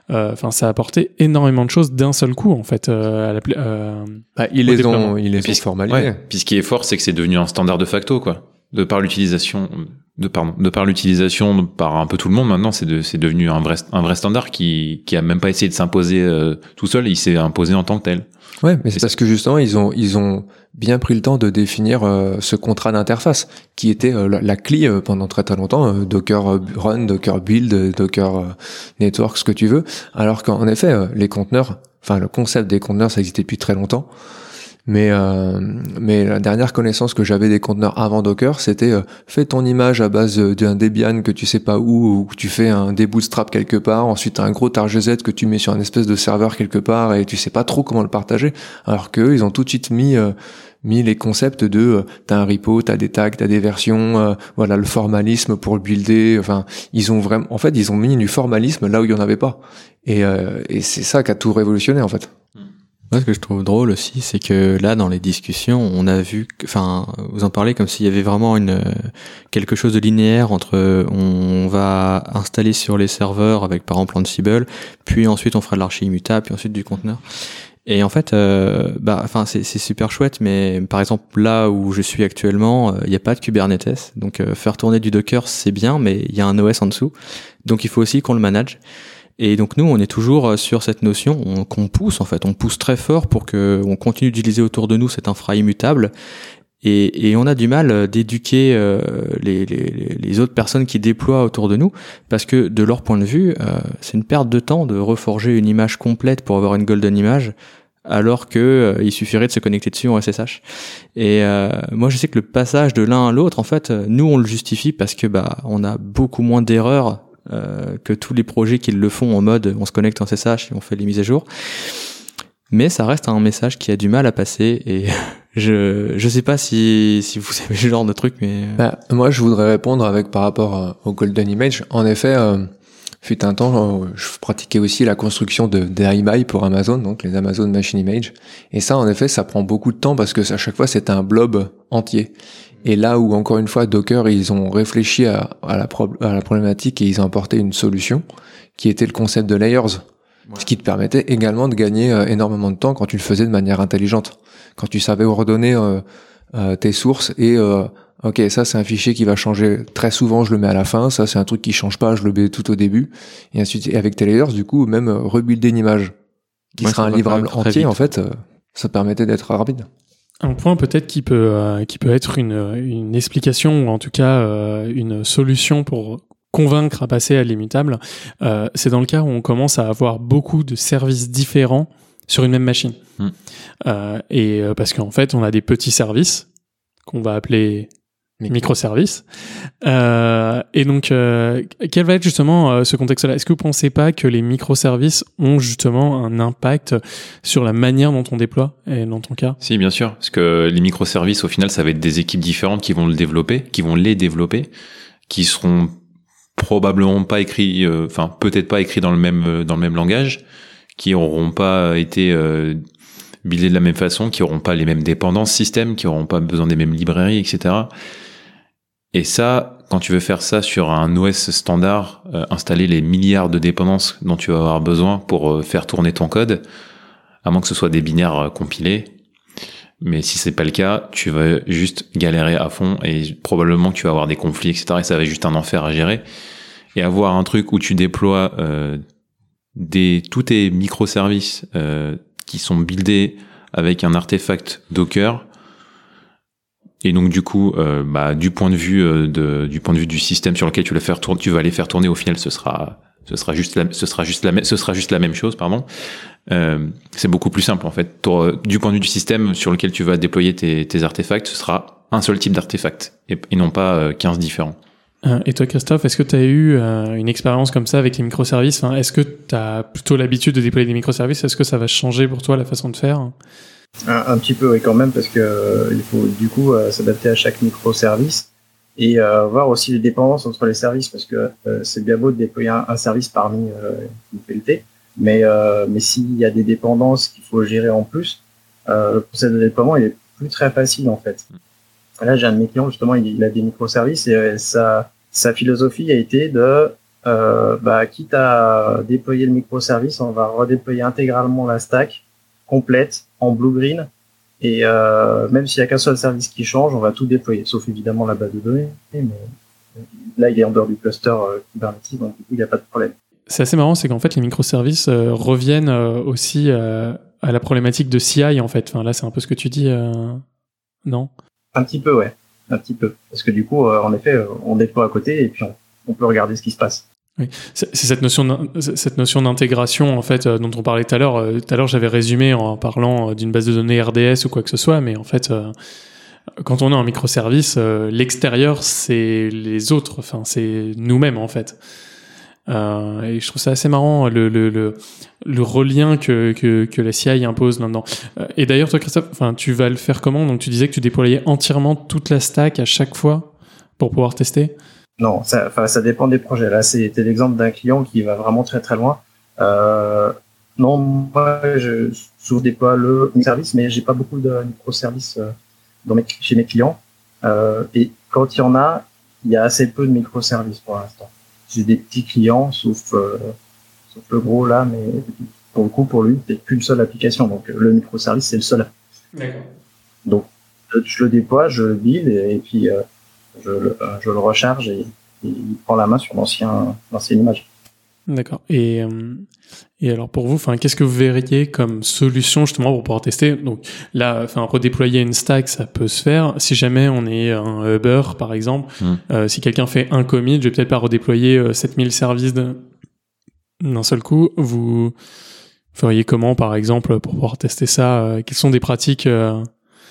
Enfin, euh, ça a apporté énormément de choses d'un seul coup, en fait. Euh, à la, euh, bah, ils les ont, ils les ont formalisés. Ouais. Puis ce qui est fort, c'est que c'est devenu un standard de facto, quoi. De par l'utilisation, de pardon, de par l'utilisation par un peu tout le monde maintenant, c'est de, c'est devenu un vrai, un vrai standard qui, qui a même pas essayé de s'imposer euh, tout seul, il s'est imposé en tant que tel. Ouais, mais c'est parce que justement ils ont, ils ont bien pris le temps de définir euh, ce contrat d'interface qui était euh, la, la clé euh, pendant très très longtemps, euh, Docker Run, Docker Build, Docker euh, Network, ce que tu veux. Alors qu'en effet, euh, les conteneurs, enfin le concept des conteneurs, ça existait depuis très longtemps. Mais euh, mais la dernière connaissance que j'avais des conteneurs avant Docker, c'était euh, fais ton image à base d'un Debian que tu sais pas où, ou que tu fais un debootstrap quelque part, ensuite un gros tar G Z que tu mets sur un espèce de serveur quelque part et tu sais pas trop comment le partager. Alors que eux, ils ont tout de suite mis euh, mis les concepts de euh, t'as un repo, t'as des tags, t'as des versions, euh, voilà le formalisme pour le builder. Enfin, ils ont vraiment, en fait, ils ont mis du formalisme là où il y en avait pas. Et euh, et c'est ça qui a tout révolutionné en fait. Moi, ce que je trouve drôle aussi, c'est que là, dans les discussions, on a vu, enfin, vous en parlez comme s'il y avait vraiment une quelque chose de linéaire entre on va installer sur les serveurs avec par exemple Ansible, puis ensuite on fera de l'archi immutable, puis ensuite du conteneur. Et en fait, euh, bah, enfin, c'est, c'est super chouette, mais par exemple là où je suis actuellement, il euh, n'y a pas de Kubernetes, donc euh, faire tourner du Docker c'est bien, mais il y a un O S en dessous, donc il faut aussi qu'on le manage. Et donc nous, on est toujours sur cette notion on, qu'on pousse en fait, on pousse très fort pour que on continue d'utiliser autour de nous cet infra immutable. Et, et on a du mal d'éduquer euh, les, les, les autres personnes qui déploient autour de nous, parce que de leur point de vue, euh, c'est une perte de temps de reforger une image complète pour avoir une golden image, alors que euh, il suffirait de se connecter dessus en S S H. Et euh, moi, je sais que le passage de l'un à l'autre, en fait, nous on le justifie parce que bah on a beaucoup moins d'erreurs Euh, que tous les projets qui le font en mode on se connecte en S S H et on fait les mises à jour, mais ça reste un message qui a du mal à passer. Et je je sais pas si si vous savez ce genre de truc, mais bah, moi je voudrais répondre avec par rapport euh, au Golden Image. En effet, euh, fut un temps euh, je pratiquais aussi la construction de des I M I pour Amazon, donc les Amazon Machine Image, et ça en effet ça prend beaucoup de temps parce que à chaque fois c'est un blob entier. Et là où, encore une fois, Docker, ils ont réfléchi à, à, la, pro- à la problématique et ils ont apporté une solution qui était le concept de layers, ouais. Ce qui te permettait également de gagner euh, énormément de temps quand tu le faisais de manière intelligente. Quand tu savais ordonner euh, euh, tes sources et euh, ok, ça c'est un fichier qui va changer très souvent, je le mets à la fin, ça c'est un truc qui change pas, je le mets tout au début, et ensuite et avec tes layers, du coup, même euh, rebuilder une image qui ouais, sera un livrable entier, en fait, euh, ça permettait d'être rapide. Un point peut-être qui peut euh, qui peut être une une explication ou en tout cas euh, une solution pour convaincre à passer à l'immutable, euh, c'est dans le cas où on commence à avoir beaucoup de services différents sur une même machine. Mmh. Euh, et euh, parce qu'en fait, on a des petits services qu'on va appeler Micro. microservices. Euh, et donc, euh, quel va être justement euh, ce contexte-là ? Est-ce que vous pensez pas que les microservices ont justement un impact sur la manière dont on déploie, et dans ton cas ? Si, bien sûr, parce que les microservices, au final, ça va être des équipes différentes qui vont le développer, qui vont les développer, qui seront probablement pas écrits, enfin euh, peut-être pas écrits dans le même euh, dans le même langage, qui auront pas été euh, buildés de la même façon, qui auront pas les mêmes dépendances système, qui auront pas besoin des mêmes librairies, et cetera. Et ça, quand tu veux faire ça sur un O S standard, euh, installer les milliards de dépendances dont tu vas avoir besoin pour euh, faire tourner ton code, à moins que ce soit des binaires euh, compilés. Mais si c'est pas le cas, tu vas juste galérer à fond et probablement que tu vas avoir des conflits, et cetera. Et ça va être juste un enfer à gérer. Et avoir un truc où tu déploies euh, des tous tes microservices euh, qui sont buildés avec un artefact Docker. Et donc du coup, euh, bah, du point de vue euh, de, du point de vue du système sur lequel tu vas faire tourner, tu vas aller faire tourner, au final, ce sera, ce sera juste la, ce sera juste la, ce sera juste la même chose, pardon. Euh, c'est beaucoup plus simple en fait. Pour, du point de vue du système sur lequel tu vas déployer tes, tes artefacts, ce sera un seul type d'artefact et, et non pas euh, quinze différents. Euh, et toi, Christophe, est-ce que tu as eu euh, une expérience comme ça avec les microservices ? Enfin, est-ce que tu as plutôt l'habitude de déployer des microservices ? Est-ce que ça va changer pour toi la façon de faire ? Un, un petit peu, oui, quand même, parce que euh, il faut du coup euh, s'adapter à chaque microservice et euh, voir aussi les dépendances entre les services, parce que euh, c'est bien beau de déployer un, un service parmi euh, une P L T, mais euh, mais s'il y a des dépendances qu'il faut gérer en plus, euh, le processus de déploiement il est plus très facile en fait. Là, j'ai un de mes clients justement, il, il a des microservices et euh, sa sa philosophie a été de euh, bah, quitte à déployer le microservice, on va redéployer intégralement la stack complète en blue-green. Et euh, même s'il y a qu'un seul service qui change, on va tout déployer, sauf évidemment la base de données. Mais là, il est en dehors du cluster euh, Kubernetes, donc du coup, il n'y a pas de problème. C'est assez marrant, c'est qu'en fait, les microservices euh, reviennent euh, aussi euh, à la problématique de C I, en fait. Enfin, là, c'est un peu ce que tu dis, euh... non ? Un petit peu, ouais. Un petit peu. Parce que du coup, euh, en effet, euh, on déploie à côté et puis on, on peut regarder ce qui se passe. Oui, c'est, c'est cette notion cette notion d'intégration en fait euh, dont on parlait tout à l'heure. Euh, tout à l'heure, j'avais résumé en parlant euh, d'une base de données R D S ou quoi que ce soit, mais en fait, euh, quand on est en microservice, euh, l'extérieur c'est les autres, enfin c'est nous-mêmes en fait. Euh, et je trouve ça assez marrant le le le, le relien que que que la C I impose là-dedans. Euh, et d'ailleurs, toi, Christophe, enfin tu vas le faire comment ? Donc tu disais que tu déployais entièrement toute la stack à chaque fois pour pouvoir tester ? Non, ça, enfin, ça dépend des projets. Là, c'était l'exemple d'un client qui va vraiment très très loin. Euh, non, moi, je sous-déploie le service, mais j'ai pas beaucoup de microservices euh, dans mes, chez mes clients. Euh, et quand il y en a, il y a assez peu de microservices pour l'instant. J'ai des petits clients, sauf, euh, sauf le gros là, mais pour le coup, pour lui, c'est qu'une seule application. Donc, le microservice, c'est le seul. D'accord. Donc, je le déploie, je le build, et, et puis euh, je, le, je le recharge et, et il prend la main sur l'ancien, l'ancienne image. D'accord. Et, euh, et alors pour vous, enfin, qu'est-ce que vous verriez comme solution justement pour pouvoir tester ? Donc là, enfin, redéployer une stack, ça peut se faire. Si jamais on est un Uber, par exemple, mmh. euh, si quelqu'un fait un commit, je vais peut-être pas redéployer euh, sept mille services de... d'un seul coup. Vous feriez comment, par exemple, pour pouvoir tester ça ? euh, Quelles sont des pratiques euh,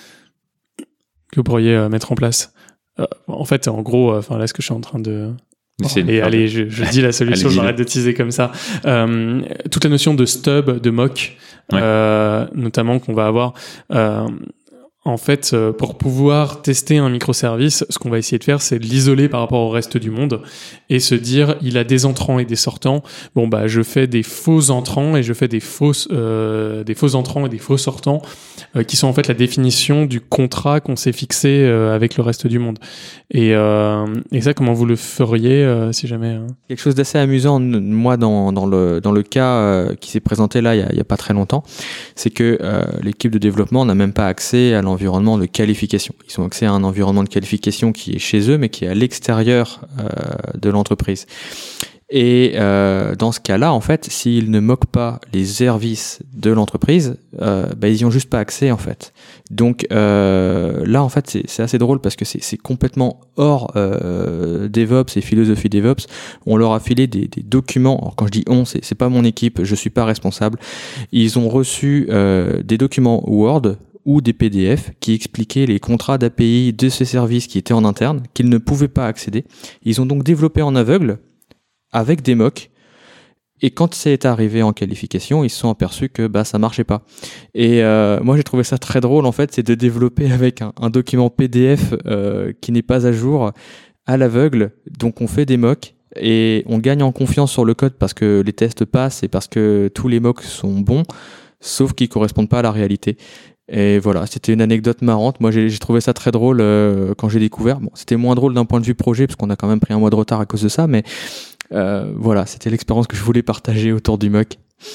que vous pourriez euh, mettre en place ? euh, En fait, en gros, enfin euh, là, ce que je suis en train de... Et allez, je, je dis la solution, j'arrête de teaser comme ça. Euh, toute la notion de stub, de mock, ouais. euh, notamment qu'on va avoir. Euh, en fait, pour pouvoir tester un microservice, ce qu'on va essayer de faire, c'est de l'isoler par rapport au reste du monde et se dire, il a des entrants et des sortants. Bon, bah, je fais des faux entrants et je fais des fausses, euh, des faux entrants et des faux sortants, euh, qui sont en fait la définition du contrat qu'on s'est fixé euh, avec le reste du monde. Et, euh, et ça, comment vous le feriez euh, si jamais euh... Quelque chose d'assez amusant, moi, dans, dans, le, dans le cas euh, qui s'est présenté là, il y a, il y a pas très longtemps, c'est que euh, l'équipe de développement n'a même pas accès à l'environnement de qualification. Ils ont accès à un environnement de qualification qui est chez eux, mais qui est à l'extérieur euh, de l'entreprise. Et euh, dans ce cas-là, en fait, s'ils ne moquent pas les services de l'entreprise, euh, bah, ils n'y ont juste pas accès, en fait. Donc euh, là, en fait, c'est, c'est assez drôle parce que c'est, c'est complètement hors euh, DevOps et philosophie DevOps. On leur a filé des, des documents. Alors quand je dis on, c'est, c'est pas mon équipe, je suis pas responsable. Ils ont reçu euh, des documents Word ou des P D F qui expliquaient les contrats d'A P I de ces services qui étaient en interne, qu'ils ne pouvaient pas accéder. Ils ont donc développé en aveugle avec des mocks, et quand c'est arrivé en qualification, ils se sont aperçus que bah ça marchait pas. Et euh, moi j'ai trouvé ça très drôle en fait, c'est de développer avec un, un document P D F euh, qui n'est pas à jour à l'aveugle. Donc on fait des mocks et on gagne en confiance sur le code parce que les tests passent et parce que tous les mocks sont bons, sauf qu'ils correspondent pas à la réalité. Et voilà, c'était une anecdote marrante. Moi, j'ai, j'ai trouvé ça très drôle euh, quand j'ai découvert. Bon, c'était moins drôle d'un point de vue projet parce qu'on a quand même pris un mois de retard à cause de ça, mais euh, voilà, c'était l'expérience que je voulais partager autour du mock.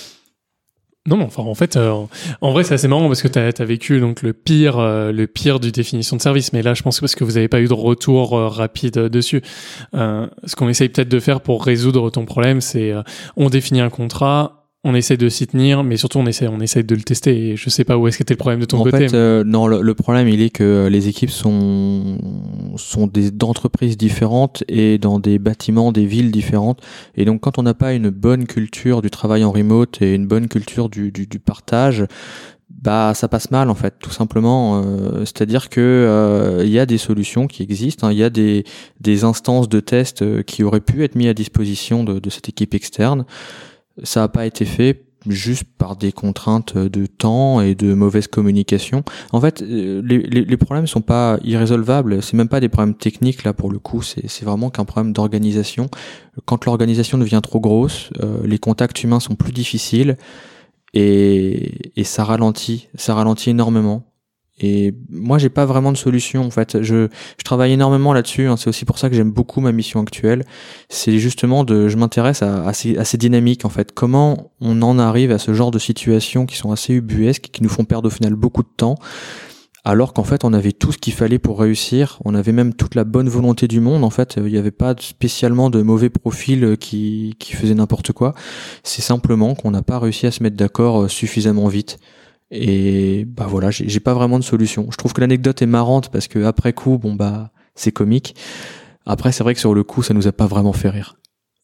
Non, non, enfin, en fait, euh, en vrai, c'est assez marrant parce que t'as, t'as vécu donc le pire, euh, le pire du définition de service. Mais là, je pense que parce que vous avez pas eu de retour euh, rapide euh, dessus. Euh, ce qu'on essaye peut-être de faire pour résoudre ton problème, c'est euh, on définit un contrat. On essaie de s'y tenir, mais surtout on essaie, on essaie de le tester. Et je sais pas où est-ce qu'était le problème de ton en côté. En fait, euh, non, le, le problème il est que les équipes sont sont des d'entreprises différentes et dans des bâtiments, des villes différentes. Et donc quand on n'a pas une bonne culture du travail en remote et une bonne culture du du, du partage, bah ça passe mal en fait, tout simplement. Euh, c'est-à-dire que il euh, y a des solutions qui existent, il hein, y a des des instances de tests qui auraient pu être mis à disposition de, de cette équipe externe. Ça n'a pas été fait juste par des contraintes de temps et de mauvaise communication. En fait, les, les, les problèmes sont pas irrésolvables. C'est même pas des problèmes techniques là pour le coup. C'est, c'est vraiment qu'un problème d'organisation. Quand l'organisation devient trop grosse, euh, les contacts humains sont plus difficiles et, et ça ralentit. Ça ralentit énormément. Et moi, j'ai pas vraiment de solution en fait. Je, je travaille énormément là-dessus. Hein. C'est aussi pour ça que j'aime beaucoup ma mission actuelle. C'est justement de, je m'intéresse à, à, ces, à ces dynamiques en fait. Comment on en arrive à ce genre de situations qui sont assez ubuesques, qui nous font perdre au final beaucoup de temps, alors qu'en fait on avait tout ce qu'il fallait pour réussir. On avait même toute la bonne volonté du monde. En fait, il n'y avait pas spécialement de mauvais profils qui, qui faisaient n'importe quoi. C'est simplement qu'on n'a pas réussi à se mettre d'accord suffisamment vite. Et bah voilà, j'ai, j'ai pas vraiment de solution. Je trouve que l'anecdote est marrante parce que après coup, bon bah c'est comique. Après, c'est vrai que sur le coup, ça nous a pas vraiment fait rire.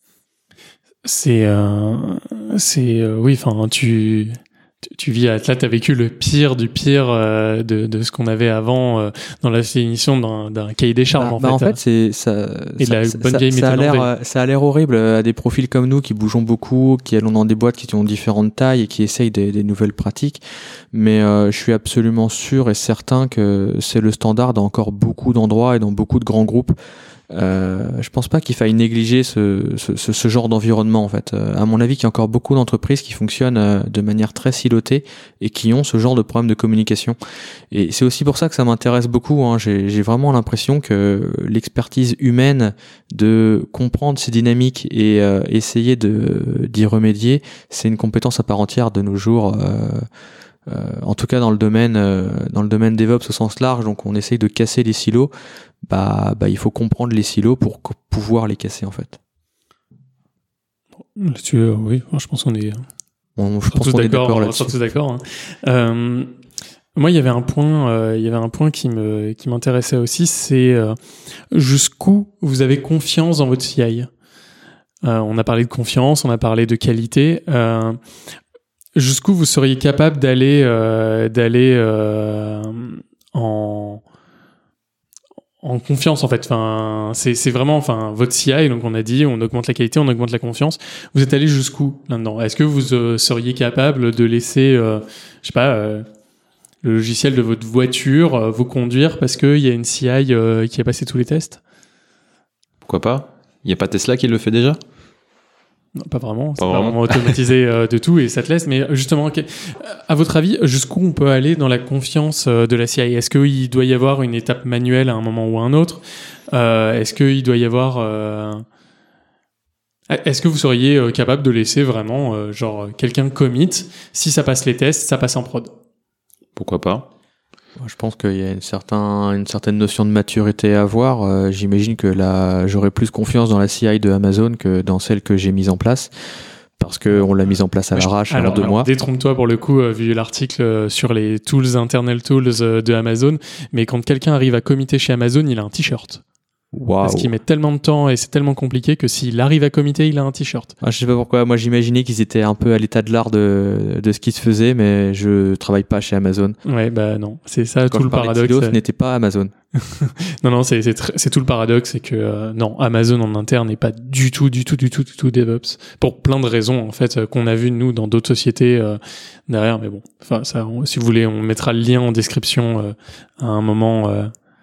C'est, euh, c'est, euh, oui, enfin, tu, tu vis à Atlas, t'as vécu le pire du pire euh, de, de ce qu'on avait avant euh, dans la définition d'un, d'un cahier des charmes. Bah, en bah fait, en fait, c'est ça. Et ça, la ça, bonne ça, vieille ça a méthode l'air, André. ça a l'air horrible à des profils comme nous qui bougeons beaucoup, qui allons dans des boîtes qui ont différentes tailles et qui essayent des, des nouvelles pratiques. Mais euh, je suis absolument sûr et certain que c'est le standard dans encore beaucoup d'endroits et dans beaucoup de grands groupes. Euh, je pense pas qu'il faille négliger ce, ce, ce, ce genre d'environnement en fait. Euh, à mon avis, il y a encore beaucoup d'entreprises qui fonctionnent euh, de manière très silotée et qui ont ce genre de problème de communication. Et c'est aussi pour ça que ça m'intéresse beaucoup. Hein. J'ai, j'ai vraiment l'impression que l'expertise humaine de comprendre ces dynamiques et euh, essayer de d'y remédier, c'est une compétence à part entière de nos jours. Euh, Euh, en tout cas dans le domaine euh, dans le domaine DevOps au sens large, donc on essaye de casser les silos. Bah, bah il faut comprendre les silos pour co- pouvoir les casser en fait. Là-dessus, euh, oui, je pense qu'on est. On, je pense qu'on tous est d'accord, d'accord on là-dessus. sera tous d'accord. Hein. Euh, moi, il y avait un point, euh, il y avait un point qui me qui m'intéressait aussi, c'est euh, jusqu'où vous avez confiance dans votre C I. Euh, on a parlé de confiance, on a parlé de qualité. Euh, Jusqu'où vous seriez capable d'aller euh, d'aller euh, en en confiance en fait. Enfin, c'est c'est vraiment enfin votre C I. Donc on a dit on augmente la qualité, on augmente la confiance. Vous êtes allé jusqu'où là-dedans? Est-ce que vous euh, seriez capable de laisser, euh, je sais pas, euh, le logiciel de votre voiture euh, vous conduire parce que il y a une C I euh, qui a passé tous les tests? Pourquoi pas? Il y a pas Tesla qui le fait déjà? Non, pas vraiment. C'est Pas pas vraiment. vraiment automatisé euh, de tout et ça te laisse. Mais justement, okay. À votre avis, jusqu'où on peut aller dans la confiance euh, de la C I? Est-ce qu'il doit y avoir une étape manuelle à un moment ou à un autre? euh, Est-ce qu'il doit y avoir... Euh... Est-ce que vous seriez euh, capable de laisser vraiment euh, genre quelqu'un commit, si ça passe les tests, ça passe en prod? Pourquoi pas? Je pense qu'il y a une, certain, une certaine notion de maturité à avoir. Euh, j'imagine que là, j'aurais plus confiance dans la C I de Amazon que dans celle que j'ai mise en place, parce qu'on l'a mise en place à l'arrache en deux alors, mois. Détrompe-toi pour le coup, euh, vu l'article euh, sur les tools, internal tools euh, de Amazon, mais quand quelqu'un arrive à committer chez Amazon, il a un t-shirt. Wow. Parce qu'il met tellement de temps et c'est tellement compliqué que s'il arrive à committer, il a un t-shirt. Ah, je sais pas pourquoi, moi j'imaginais qu'ils étaient un peu à l'état de l'art de, de ce qui se faisait, mais je travaille pas chez Amazon. Ouais, bah non, c'est ça Quand tout je le parlais de paradoxe. silos, ce n'était pas Amazon. non, non, c'est, c'est, tr- c'est tout le paradoxe, c'est que euh, non, Amazon en interne n'est pas du tout, du tout, du tout, du tout DevOps. Pour plein de raisons, en fait, euh, qu'on a vu nous dans d'autres sociétés euh, derrière, mais bon, enfin, ça, on, si vous voulez, on mettra le lien en description euh, à un moment. Euh,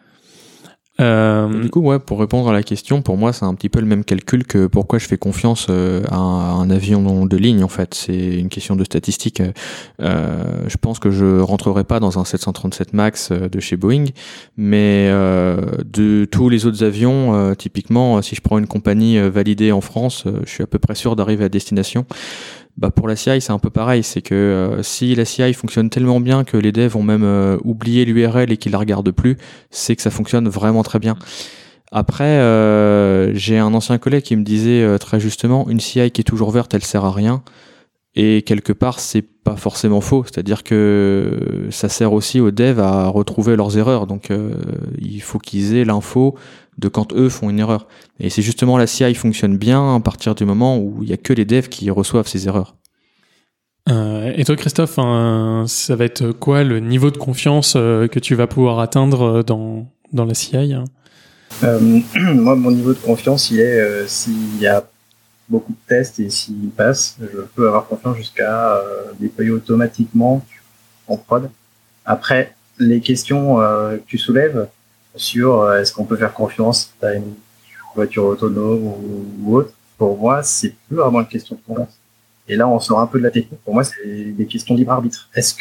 Euh... Du coup, ouais, pour répondre à la question, pour moi, c'est un petit peu le même calcul que pourquoi je fais confiance euh, à, un, à un avion de ligne. En fait, c'est une question de statistique. Euh, je pense que je rentrerai pas dans un sept cent trente-sept Max de chez Boeing, mais euh, de tous les autres avions, euh, typiquement, si je prends une compagnie validée en France, euh, je suis à peu près sûr d'arriver à destination. Bah pour la C I, c'est un peu pareil. C'est que euh, si la C I fonctionne tellement bien que les devs ont même euh, oublié l'U R L et qu'ils la regardent plus, c'est que ça fonctionne vraiment très bien. Après, euh, j'ai un ancien collègue qui me disait euh, très justement, une C I qui est toujours verte, elle sert à rien. Et quelque part, c'est pas forcément faux. C'est-à-dire que ça sert aussi aux devs à retrouver leurs erreurs. Donc, euh, il faut qu'ils aient l'info de quand eux font une erreur. Et c'est justement la C I fonctionne bien à partir du moment où il y a que les devs qui reçoivent ces erreurs. Euh, et toi, Christophe, hein, ça va être quoi le niveau de confiance euh, que tu vas pouvoir atteindre dans dans la C I? euh, Moi, mon niveau de confiance, il est euh, s'il y a beaucoup de tests et s'il passe, je peux avoir confiance jusqu'à euh, déployer automatiquement en prod. Après, les questions euh, que tu soulèves sur euh, est-ce qu'on peut faire confiance à une voiture autonome ou, ou autre, pour moi, c'est plus vraiment une question de confiance. Et là, on sort un peu de la technique. Pour moi, c'est des questions de libre arbitre. Est-ce que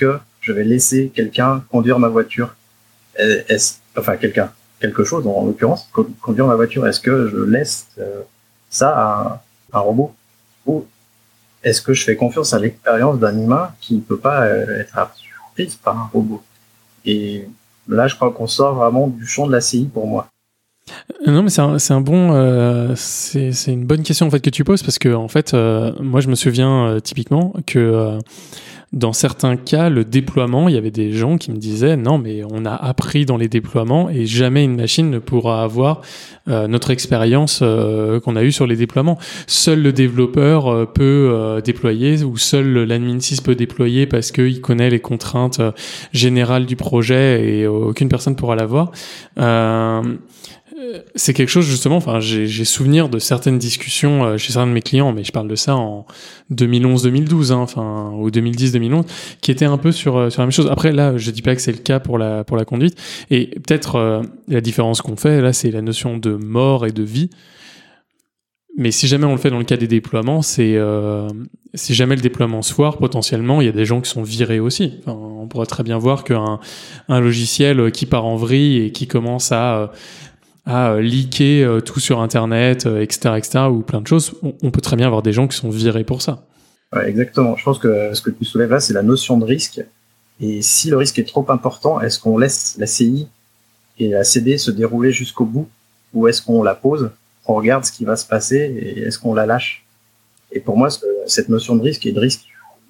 je vais laisser quelqu'un conduire ma voiture. Est-ce, enfin, quelqu'un, quelque chose en l'occurrence, conduire ma voiture. Est-ce que je laisse euh, ça à un, un robot ou est-ce que je fais confiance à l'expérience d'un humain qui ne peut pas euh, être apprise par un robot? Et là, je crois qu'on sort vraiment du champ de la C I pour moi. Non, mais c'est un, c'est un bon, euh, c'est, c'est une bonne question en fait que tu poses parce que en fait, euh, moi je me souviens euh, typiquement que euh, dans certains cas, le déploiement, il y avait des gens qui me disaient non, mais on a appris dans les déploiements et jamais une machine ne pourra avoir euh, notre expérience euh, qu'on a eue sur les déploiements. Seul le développeur euh, peut euh, déployer ou seul l'admin sys peut déployer parce qu'il connaît les contraintes euh, générales du projet et euh, aucune personne pourra l'avoir. Euh, C'est quelque chose justement, enfin j'ai, j'ai souvenir de certaines discussions euh, chez certains de mes clients, mais je parle de ça en deux mille onze deux mille douze, hein, enfin ou deux mille dix deux mille onze, qui étaient un peu sur euh, sur la même chose. Après là, je dis pas que c'est le cas pour la pour la conduite, et peut-être euh, la différence qu'on fait là, c'est la notion de mort et de vie. Mais si jamais on le fait dans le cas des déploiements, c'est euh, si jamais le déploiement se foire, potentiellement il y a des gens qui sont virés aussi. Enfin, on pourrait très bien voir qu'un un logiciel qui part en vrille et qui commence à euh, à leaker euh, tout sur Internet, euh, et cetera, et cetera, ou plein de choses, on, on peut très bien avoir des gens qui sont virés pour ça. Ouais, exactement. Je pense que ce que tu soulèves là, c'est la notion de risque. Et si le risque est trop important, est-ce qu'on laisse la C I et la C D se dérouler jusqu'au bout, ou est-ce qu'on la pose, on regarde ce qui va se passer, et est-ce qu'on la lâche? Et pour moi, ce, cette notion de risque et de risque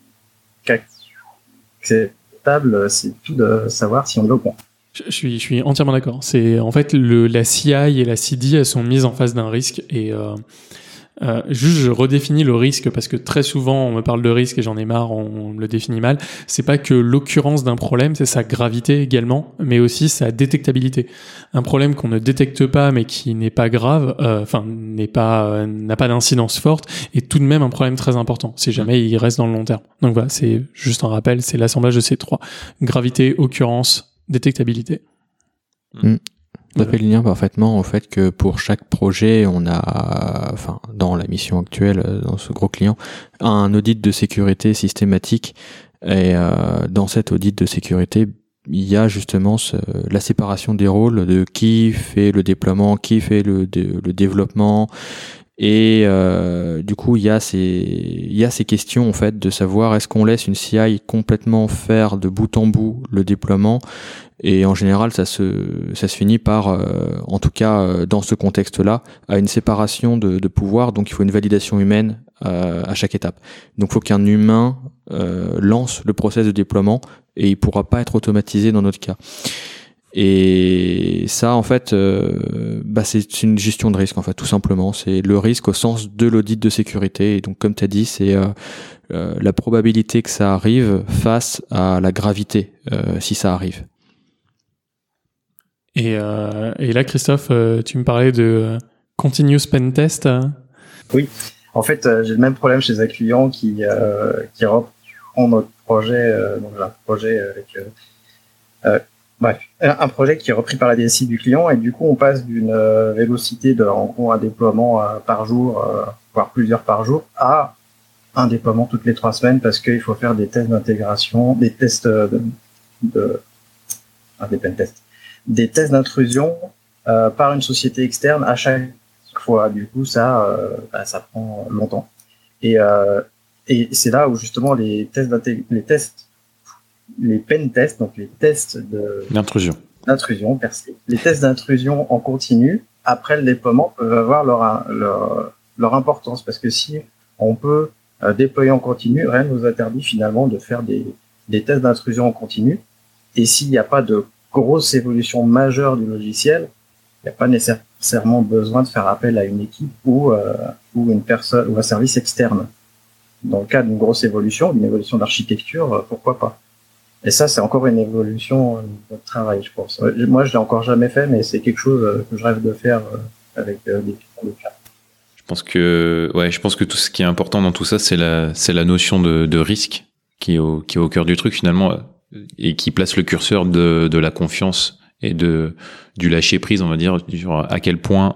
acceptable, c'est tout de savoir si on le prend. Je suis, je suis entièrement d'accord. C'est en fait le, la C I et la C D, elles sont mises en face d'un risque et euh, euh, juste je redéfinis le risque parce que très souvent on me parle de risque et j'en ai marre, on, on me le définit mal. C'est pas que l'occurrence d'un problème, c'est sa gravité également, mais aussi sa détectabilité. Un problème qu'on ne détecte pas mais qui n'est pas grave, enfin euh, n'est pas euh, n'a pas d'incidence forte, est tout de même un problème très important si jamais il reste dans le long terme. Donc voilà, c'est juste un rappel, c'est l'assemblage de ces trois: gravité, occurrence, détectabilité. Mmh. Ça fait le lien parfaitement au fait que pour chaque projet, on a, enfin, dans la mission actuelle, dans ce gros client, un audit de sécurité systématique. Et euh, dans cet audit de sécurité, il y a justement ce, la séparation des rôles de qui fait le déploiement, qui fait le, de, le développement. Et euh, du coup, il y a ces il y a ces questions en fait de savoir est-ce qu'on laisse une C I complètement faire de bout en bout le déploiement, et en général ça se ça se finit par euh, en tout cas euh, dans ce contexte-là à une séparation de, de pouvoir, donc il faut une validation humaine euh, à chaque étape. Donc il faut qu'un humain euh, lance le process de déploiement et il pourra pas être automatisé dans notre cas. Et ça, en fait, euh, bah c'est une gestion de risque, en fait, tout simplement. C'est le risque au sens de l'audit de sécurité. Et donc, comme tu as dit, c'est euh, euh, la probabilité que ça arrive face à la gravité, euh, si ça arrive. Et, euh, et là, Christophe, euh, tu me parlais de continuous pen test. Oui, en fait, euh, j'ai le même problème chez un client qui, euh, qui reprend notre projet, euh, donc un projet avec... Euh, euh, Bref, un projet qui est repris par la D S I du client, et du coup on passe d'une euh, vélocité de en gros un déploiement euh, par jour, euh, voire plusieurs par jour, à un déploiement toutes les trois semaines parce qu'il faut faire des tests d'intégration, des tests de, de ah, des pen tests, des tests d'intrusion euh, par une société externe à chaque fois. Du coup ça euh, bah, ça prend longtemps, et euh, et c'est là où justement les tests d'intég- les tests les pen tests, donc les tests de d'intrusion, d'intrusion, merci. Les tests d'intrusion en continu après le déploiement peuvent avoir leur leur, leur importance, parce que si on peut euh, déployer en continu, rien ne nous interdit finalement de faire des des tests d'intrusion en continu. Et s'il n'y a pas de grosse évolution majeure du logiciel, il n'y a pas nécessairement besoin de faire appel à une équipe ou euh, ou une personne ou un service externe. Dans le cas d'une grosse évolution, d'une évolution d'architecture, euh, pourquoi pas? Et ça, c'est encore une évolution de travail, je pense. Moi, je l'ai encore jamais fait, mais c'est quelque chose que je rêve de faire avec des clients de cas. Je pense que, ouais, je pense que tout ce qui est important dans tout ça, c'est la, c'est la notion de, de risque qui est au, qui est au cœur du truc finalement, et qui place le curseur de, de la confiance et de, du lâcher prise, on va dire, sur à quel point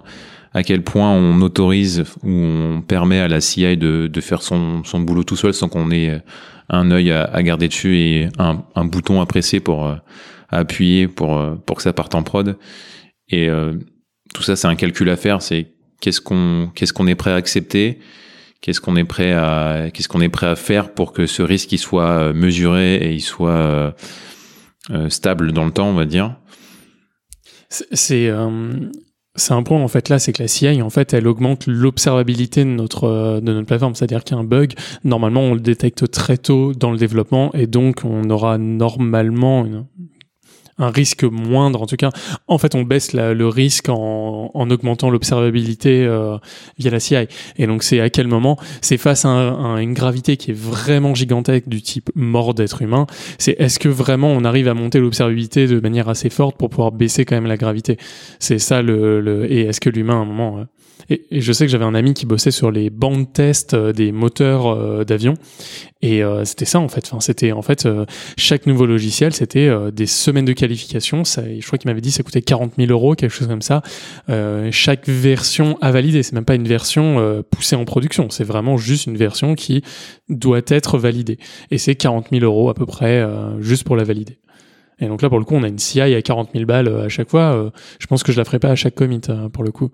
à quel point on autorise ou on permet à la C I de, de faire son, son boulot tout seul sans qu'on ait un œil à, à garder dessus et un, un bouton à presser pour à appuyer pour pour que ça parte en prod. Et euh, tout ça, c'est un calcul à faire. C'est qu'est-ce qu'on qu'est-ce qu'on est prêt à accepter, qu'est-ce qu'on est prêt à qu'est-ce qu'on est prêt à faire pour que ce risque il soit mesuré et il soit euh, euh, stable dans le temps, on va dire. C'est c'est, euh, c'est un point en fait là, c'est que la C I en fait elle augmente l'observabilité de notre de notre plateforme, c'est-à-dire qu'il y a un bug, normalement on le détecte très tôt dans le développement et donc on aura normalement une un risque moindre, en tout cas. En fait, on baisse la, le risque en, en augmentant l'observabilité euh, via la C I. Et donc, c'est à quel moment? C'est face à, un, à une gravité qui est vraiment gigantesque du type mort d'être humain. C'est est-ce que vraiment on arrive à monter l'observabilité de manière assez forte pour pouvoir baisser quand même la gravité? C'est ça le, le et est-ce que l'humain à un moment... Euh, Et, et je sais que j'avais un ami qui bossait sur les bancs de test euh, des moteurs euh, d'avion et euh, c'était ça en fait. Enfin, c'était en fait euh, chaque nouveau logiciel, c'était euh, des semaines de qualification. Ça, je crois qu'il m'avait dit, ça coûtait quarante mille euros, quelque chose comme ça. Euh, chaque version à valider, c'est même pas une version euh, poussée en production, c'est vraiment juste une version qui doit être validée. Et c'est quarante mille euros à peu près euh, juste pour la valider. Et donc là, pour le coup, on a une C I à quarante mille balles à chaque fois. Euh, je pense que je la ferai pas à chaque commit euh, pour le coup.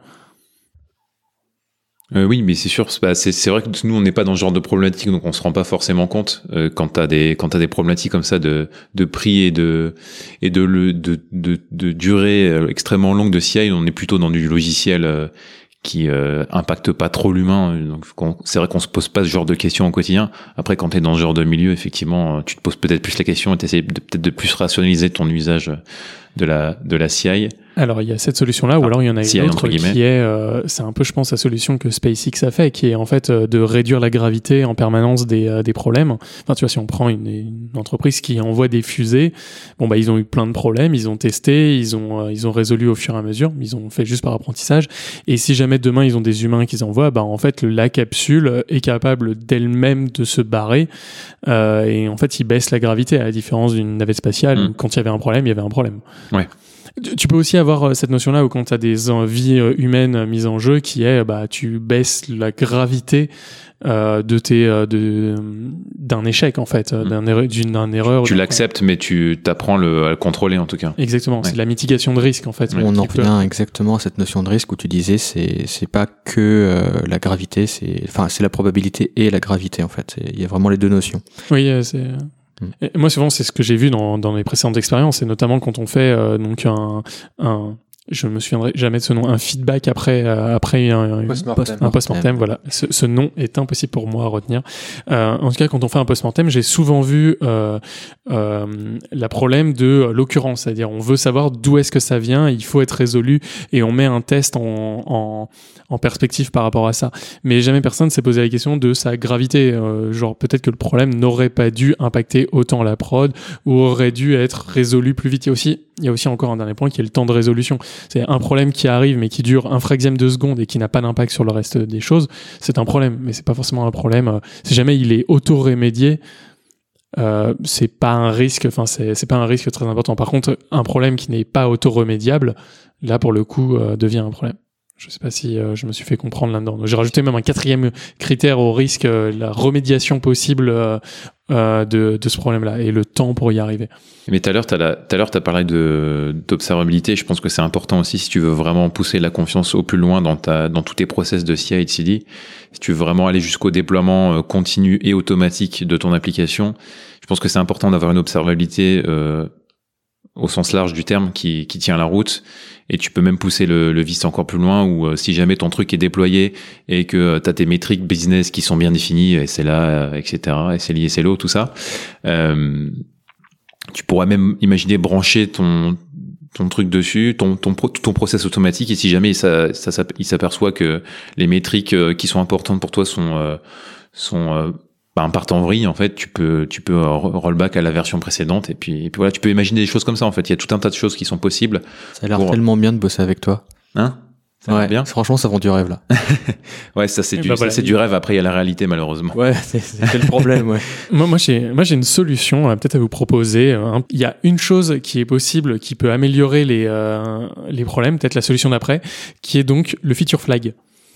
Euh, oui, mais c'est sûr, c'est, bah, c'est, c'est vrai que nous, on n'est pas dans ce genre de problématique, donc on se rend pas forcément compte euh, quand t'as des quand t'as des problématiques comme ça de de prix et de et de le de de, de durée euh, extrêmement longue de C I. On est plutôt dans du logiciel euh, qui euh, impacte pas trop l'humain. Donc c'est vrai qu'on se pose pas ce genre de questions au quotidien. Après, quand t'es dans ce genre de milieu, effectivement, tu te poses peut-être plus la question et t'essaies de, peut-être de plus rationaliser ton usage de la de la C I. Alors il y a cette solution-là, ou alors il y en a C I, une autre qui est, euh, c'est un peu, je pense, la solution que SpaceX a fait, qui est en fait euh, de réduire la gravité en permanence des euh, des problèmes. Enfin, tu vois, si on prend une, une entreprise qui envoie des fusées, bon bah ils ont eu plein de problèmes, ils ont testé, ils ont euh, ils ont résolu au fur et à mesure, ils ont fait juste par apprentissage. Et si jamais demain ils ont des humains qu'ils envoient, bah en fait la capsule est capable d'elle-même de se barrer euh, et en fait ils baissent la gravité, à la différence d'une navette spatiale mmh. où quand il y avait un problème, il y avait un problème. Ouais. Tu peux aussi avoir cette notion-là où quand tu as des vies humaines mises en jeu, qui est bah tu baisses la gravité euh, de tes euh, de d'un échec en fait, mmh. d'un erreur, d'une d'un erreur. Tu l'acceptes, mais tu t'apprends le, à le contrôler en tout cas. Exactement, ouais. C'est la mitigation de risque en fait. On en revient exactement à cette notion de risque où tu disais c'est c'est pas que euh, la gravité, c'est enfin c'est la probabilité et la gravité en fait. Il y a vraiment les deux notions. Oui, c'est. Et moi souvent c'est ce que j'ai vu dans dans mes précédentes expériences, et notamment quand on fait euh, donc un un je me souviendrai jamais de ce nom, un feedback après euh, après un, un post-mortem, un post-mortem, voilà. Ce, ce nom est impossible pour moi à retenir. Euh, en tout cas, quand on fait un post-mortem, j'ai souvent vu euh, euh, la problème de l'occurrence, c'est-à-dire on veut savoir d'où est-ce que ça vient, il faut être résolu, et on met un test en en en perspective par rapport à ça. Mais jamais personne s'est posé la question de sa gravité. Euh, genre peut-être que le problème n'aurait pas dû impacter autant la prod, ou aurait dû être résolu plus vite. Il y a aussi, il y a aussi encore un dernier point qui est le temps de résolution. C'est un problème qui arrive mais qui dure un fraxième de seconde et qui n'a pas d'impact sur le reste des choses. C'est un problème, mais c'est pas forcément un problème. Si jamais il est auto-rémédié, euh, c'est pas un risque. Enfin, c'est c'est pas un risque très important. Par contre, un problème qui n'est pas auto-remédiable, là pour le coup, euh, devient un problème. Je sais pas si euh, je me suis fait comprendre là-dedans. Donc, j'ai rajouté même un quatrième critère au risque, euh, la remédiation possible euh, euh, de, de ce problème-là et le temps pour y arriver. Mais tout à l'heure, tu as parlé de, d'observabilité. Je pense que c'est important aussi si tu veux vraiment pousser la confiance au plus loin dans, ta, dans tous tes process de C I et de C D. Si tu veux vraiment aller jusqu'au déploiement euh, continu et automatique de ton application, je pense que c'est important d'avoir une observabilité euh, au sens large du terme qui, qui tient la route. Et tu peux même pousser le, le vice encore plus loin, où euh, si jamais ton truc est déployé et que euh, tu as tes métriques business qui sont bien définies, et c'est là, euh, et cetera, et c'est lié, c'est l'eau, tout ça, euh, tu pourrais même imaginer brancher ton ton truc dessus, ton ton ton process automatique, et si jamais ça, ça, ça il s'aperçoit que les métriques euh, qui sont importantes pour toi sont euh, sont euh, ben, partent en vrille, en fait, tu peux, tu peux rollback à la version précédente, et puis, et puis voilà, tu peux imaginer des choses comme ça, en fait. Il y a tout un tas de choses qui sont possibles. Ça a l'air pour... tellement bien de bosser avec toi. Hein? Ça ouais, va bien. Franchement, ça vend du rêve là. Ouais, ça c'est du, bah ça, voilà. c'est du rêve. Après, il y a la réalité malheureusement. Ouais, c'est, c'est le problème. Ouais. Moi, moi, j'ai, moi, j'ai une solution euh, peut-être à vous proposer. Hein. Il y a une chose qui est possible, qui peut améliorer les euh, les problèmes, peut-être la solution d'après, qui est donc le feature flag.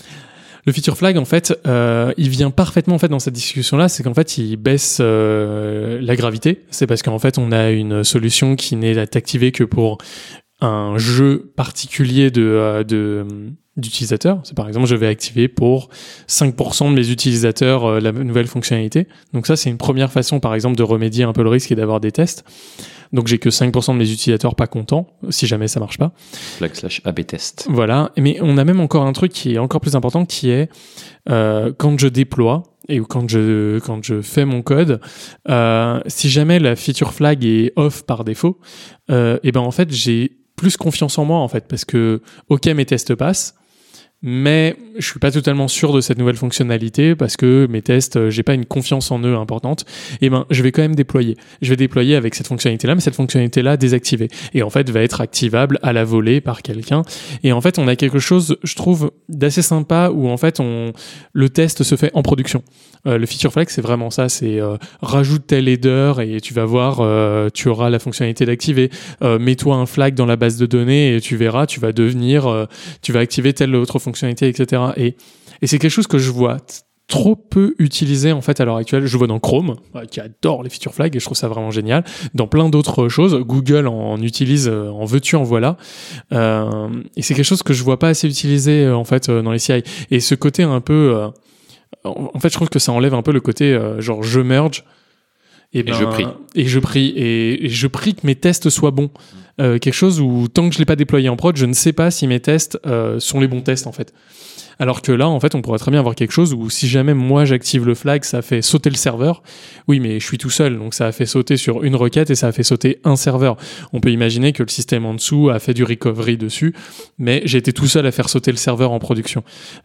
Le feature flag, en fait, euh, il vient parfaitement en fait dans cette discussion-là, c'est qu'en fait, il baisse euh, la gravité. C'est parce qu'en fait, on a une solution qui n'est activée que pour un jeu particulier de, euh, de d'utilisateurs. C'est par exemple, je vais activer pour cinq pour cent de mes utilisateurs euh, la nouvelle fonctionnalité. Donc ça, c'est une première façon, par exemple, de remédier un peu le risque et d'avoir des tests. Donc j'ai que cinq pour cent de mes utilisateurs pas contents, si jamais ça marche pas. Flag slash A B test. Voilà. Mais on a même encore un truc qui est encore plus important, qui est euh, quand je déploie et quand je quand je fais mon code, euh, si jamais la feature flag est off par défaut, euh, et ben en fait j'ai plus confiance en moi en fait, parce que ok, mes tests passent, mais je suis pas totalement sûr de cette nouvelle fonctionnalité parce que mes tests, j'ai pas une confiance en eux importante. Et ben, je vais quand même déployer. Je vais déployer avec cette fonctionnalité-là, mais cette fonctionnalité-là désactivée. Et en fait, va être activable à la volée par quelqu'un. Et en fait, on a quelque chose, je trouve, d'assez sympa où en fait, on, le test se fait en production. Euh, le feature flag, c'est vraiment ça. C'est euh, rajoute tel header et tu vas voir, euh, tu auras la fonctionnalité d'activer. Euh, mets-toi un flag dans la base de données et tu verras, tu vas devenir, euh, tu vas activer telle autre fonctionnalité. fonctionnalités, et cetera. Et, et c'est quelque chose que je vois t- trop peu utilisé en fait à l'heure actuelle. Je vois dans Chrome, euh, qui adore les feature flags et je trouve ça vraiment génial. Dans plein d'autres choses, Google en, en utilise, euh, en veux-tu, en voilà. Euh, et c'est quelque chose que je vois pas assez utilisé euh, en fait euh, dans les C I. Et ce côté un peu, euh, en, en fait, je trouve que ça enlève un peu le côté euh, genre je merge. Et, ben, et je prie. Et je prie. Et, et je prie que mes tests soient bons. Euh, quelque chose où, tant que je l'ai pas déployé en prod, je ne sais pas si mes tests euh, sont les bons tests, en fait. Alors que là, en fait, on pourrait très bien avoir quelque chose où si jamais moi j'active le flag, ça fait sauter le serveur. Oui, mais je suis tout seul, donc ça a fait sauter sur une requête et ça a fait sauter un serveur. On peut imaginer que le système en dessous a fait du recovery dessus, mais j'ai été tout seul à faire sauter le serveur en production.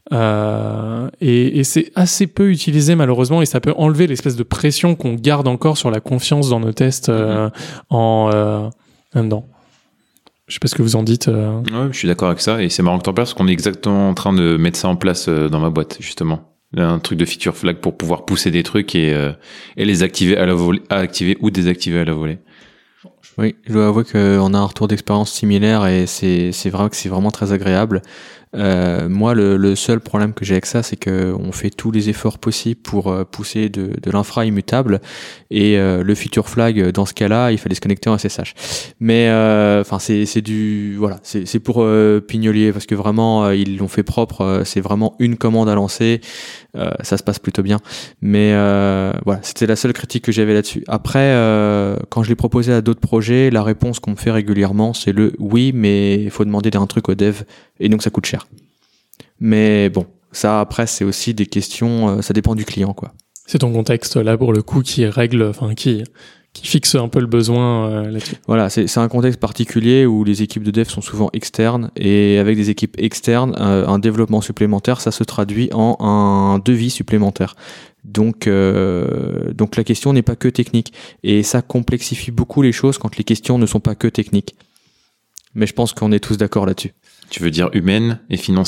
Euh, et, et c'est assez peu utilisé malheureusement, et ça peut enlever l'espèce de pression qu'on garde encore sur la confiance dans nos tests euh, en euh, là-dedans. Je sais pas ce que vous en dites. Euh... Ouais, je suis d'accord avec ça, et c'est marrant que t'en parles parce qu'on est exactement en train de mettre ça en place euh, dans ma boîte, justement. Un truc de feature flag pour pouvoir pousser des trucs et, euh, et les activer à la volée, à activer ou désactiver à la volée. Oui, je dois avouer qu'on a un retour d'expérience similaire et c'est, c'est vrai que c'est vraiment très agréable. Euh, moi, le, le seul problème que j'ai avec ça, c'est que on fait tous les efforts possibles pour euh, pousser de, de l'infra immutable et euh, le feature flag, dans ce cas-là, il fallait se connecter en S S H. Mais enfin, euh, c'est, c'est du, voilà, c'est, c'est pour euh, pignolier parce que vraiment, euh, ils l'ont fait propre. Euh, c'est vraiment une commande à lancer. Euh, ça se passe plutôt bien. Mais euh, voilà, c'était la seule critique que j'avais là-dessus. Après, euh, quand je l'ai proposé à d'autres projets, la réponse qu'on me fait régulièrement, c'est le oui, mais il faut demander un truc au dev et donc ça coûte cher. Mais bon, ça après c'est aussi des questions, euh, ça dépend du client quoi. C'est ton contexte là pour le coup qui règle, enfin qui qui fixe un peu le besoin euh, là-dessus. Voilà, c'est c'est un contexte particulier où les équipes de dev sont souvent externes et avec des équipes externes, euh, un développement supplémentaire, ça se traduit en un devis supplémentaire. Donc euh, donc la question n'est pas que technique et ça complexifie beaucoup les choses quand les questions ne sont pas que techniques. Mais je pense qu'on est tous d'accord là-dessus. Tu veux dire humaine et financière ?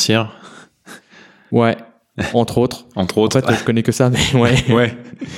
Ouais, entre autres. Entre autres. En fait, je connais que ça, mais ouais. Ouais.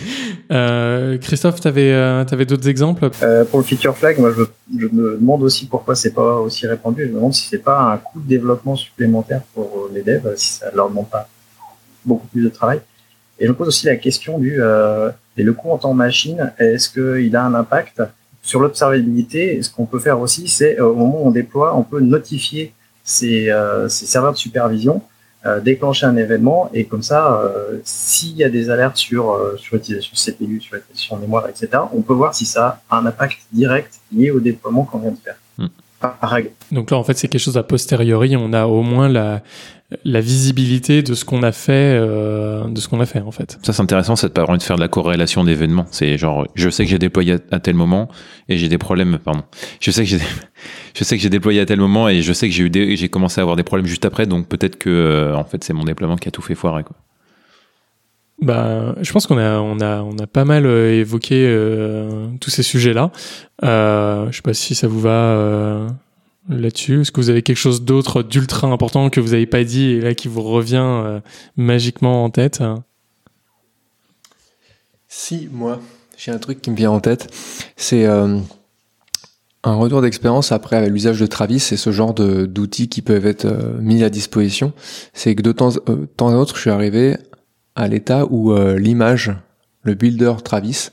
Euh, Christophe, t'avais, euh, t'avais d'autres exemples ? euh, Pour le feature flag, moi, je, je me demande aussi pourquoi c'est pas aussi répandu. Je me demande si c'est pas un coût de développement supplémentaire pour les devs, si ça leur demande pas beaucoup plus de travail. Et je me pose aussi la question du euh, et le coût en temps machine, est-ce qu'il a un impact sur l'observabilité? Ce qu'on peut faire aussi, c'est au moment où on déploie, on peut notifier ces, euh, ces serveurs de supervision, euh, déclencher un événement, et comme ça, euh, s'il y a des alertes sur, euh, sur l'utilisation C P U, sur l'utilisation mémoire, et cetera, on peut voir si ça a un impact direct lié au déploiement qu'on vient de faire. Mmh. Par, par règle. Donc là, en fait, c'est quelque chose a posteriori. On a au moins la, la visibilité de ce qu'on a fait, euh, de ce qu'on a fait, en fait. Ça, c'est intéressant, ça te permet de faire de la corrélation d'événements. C'est genre, je sais que j'ai déployé à, à tel moment et j'ai des problèmes, pardon. Je sais que j'ai, je sais que j'ai déployé à tel moment et je sais que j'ai eu des, j'ai commencé à avoir des problèmes juste après, donc peut-être que, euh, en fait, c'est mon déploiement qui a tout fait foirer, quoi. Bah, je pense qu'on a, on a, on a pas mal euh, évoqué euh, tous ces sujets-là. Euh, je sais pas si ça vous va. Euh, là-dessus? Est-ce que vous avez quelque chose d'autre d'ultra important que vous n'avez pas dit et là qui vous revient euh, magiquement en tête? Si, moi, j'ai un truc qui me vient en tête. C'est euh, un retour d'expérience après l'usage de Travis et ce genre de, d'outils qui peuvent être euh, mis à disposition. C'est que de temps, euh, temps à autre, je suis arrivé à l'état où euh, l'image, le builder Travis,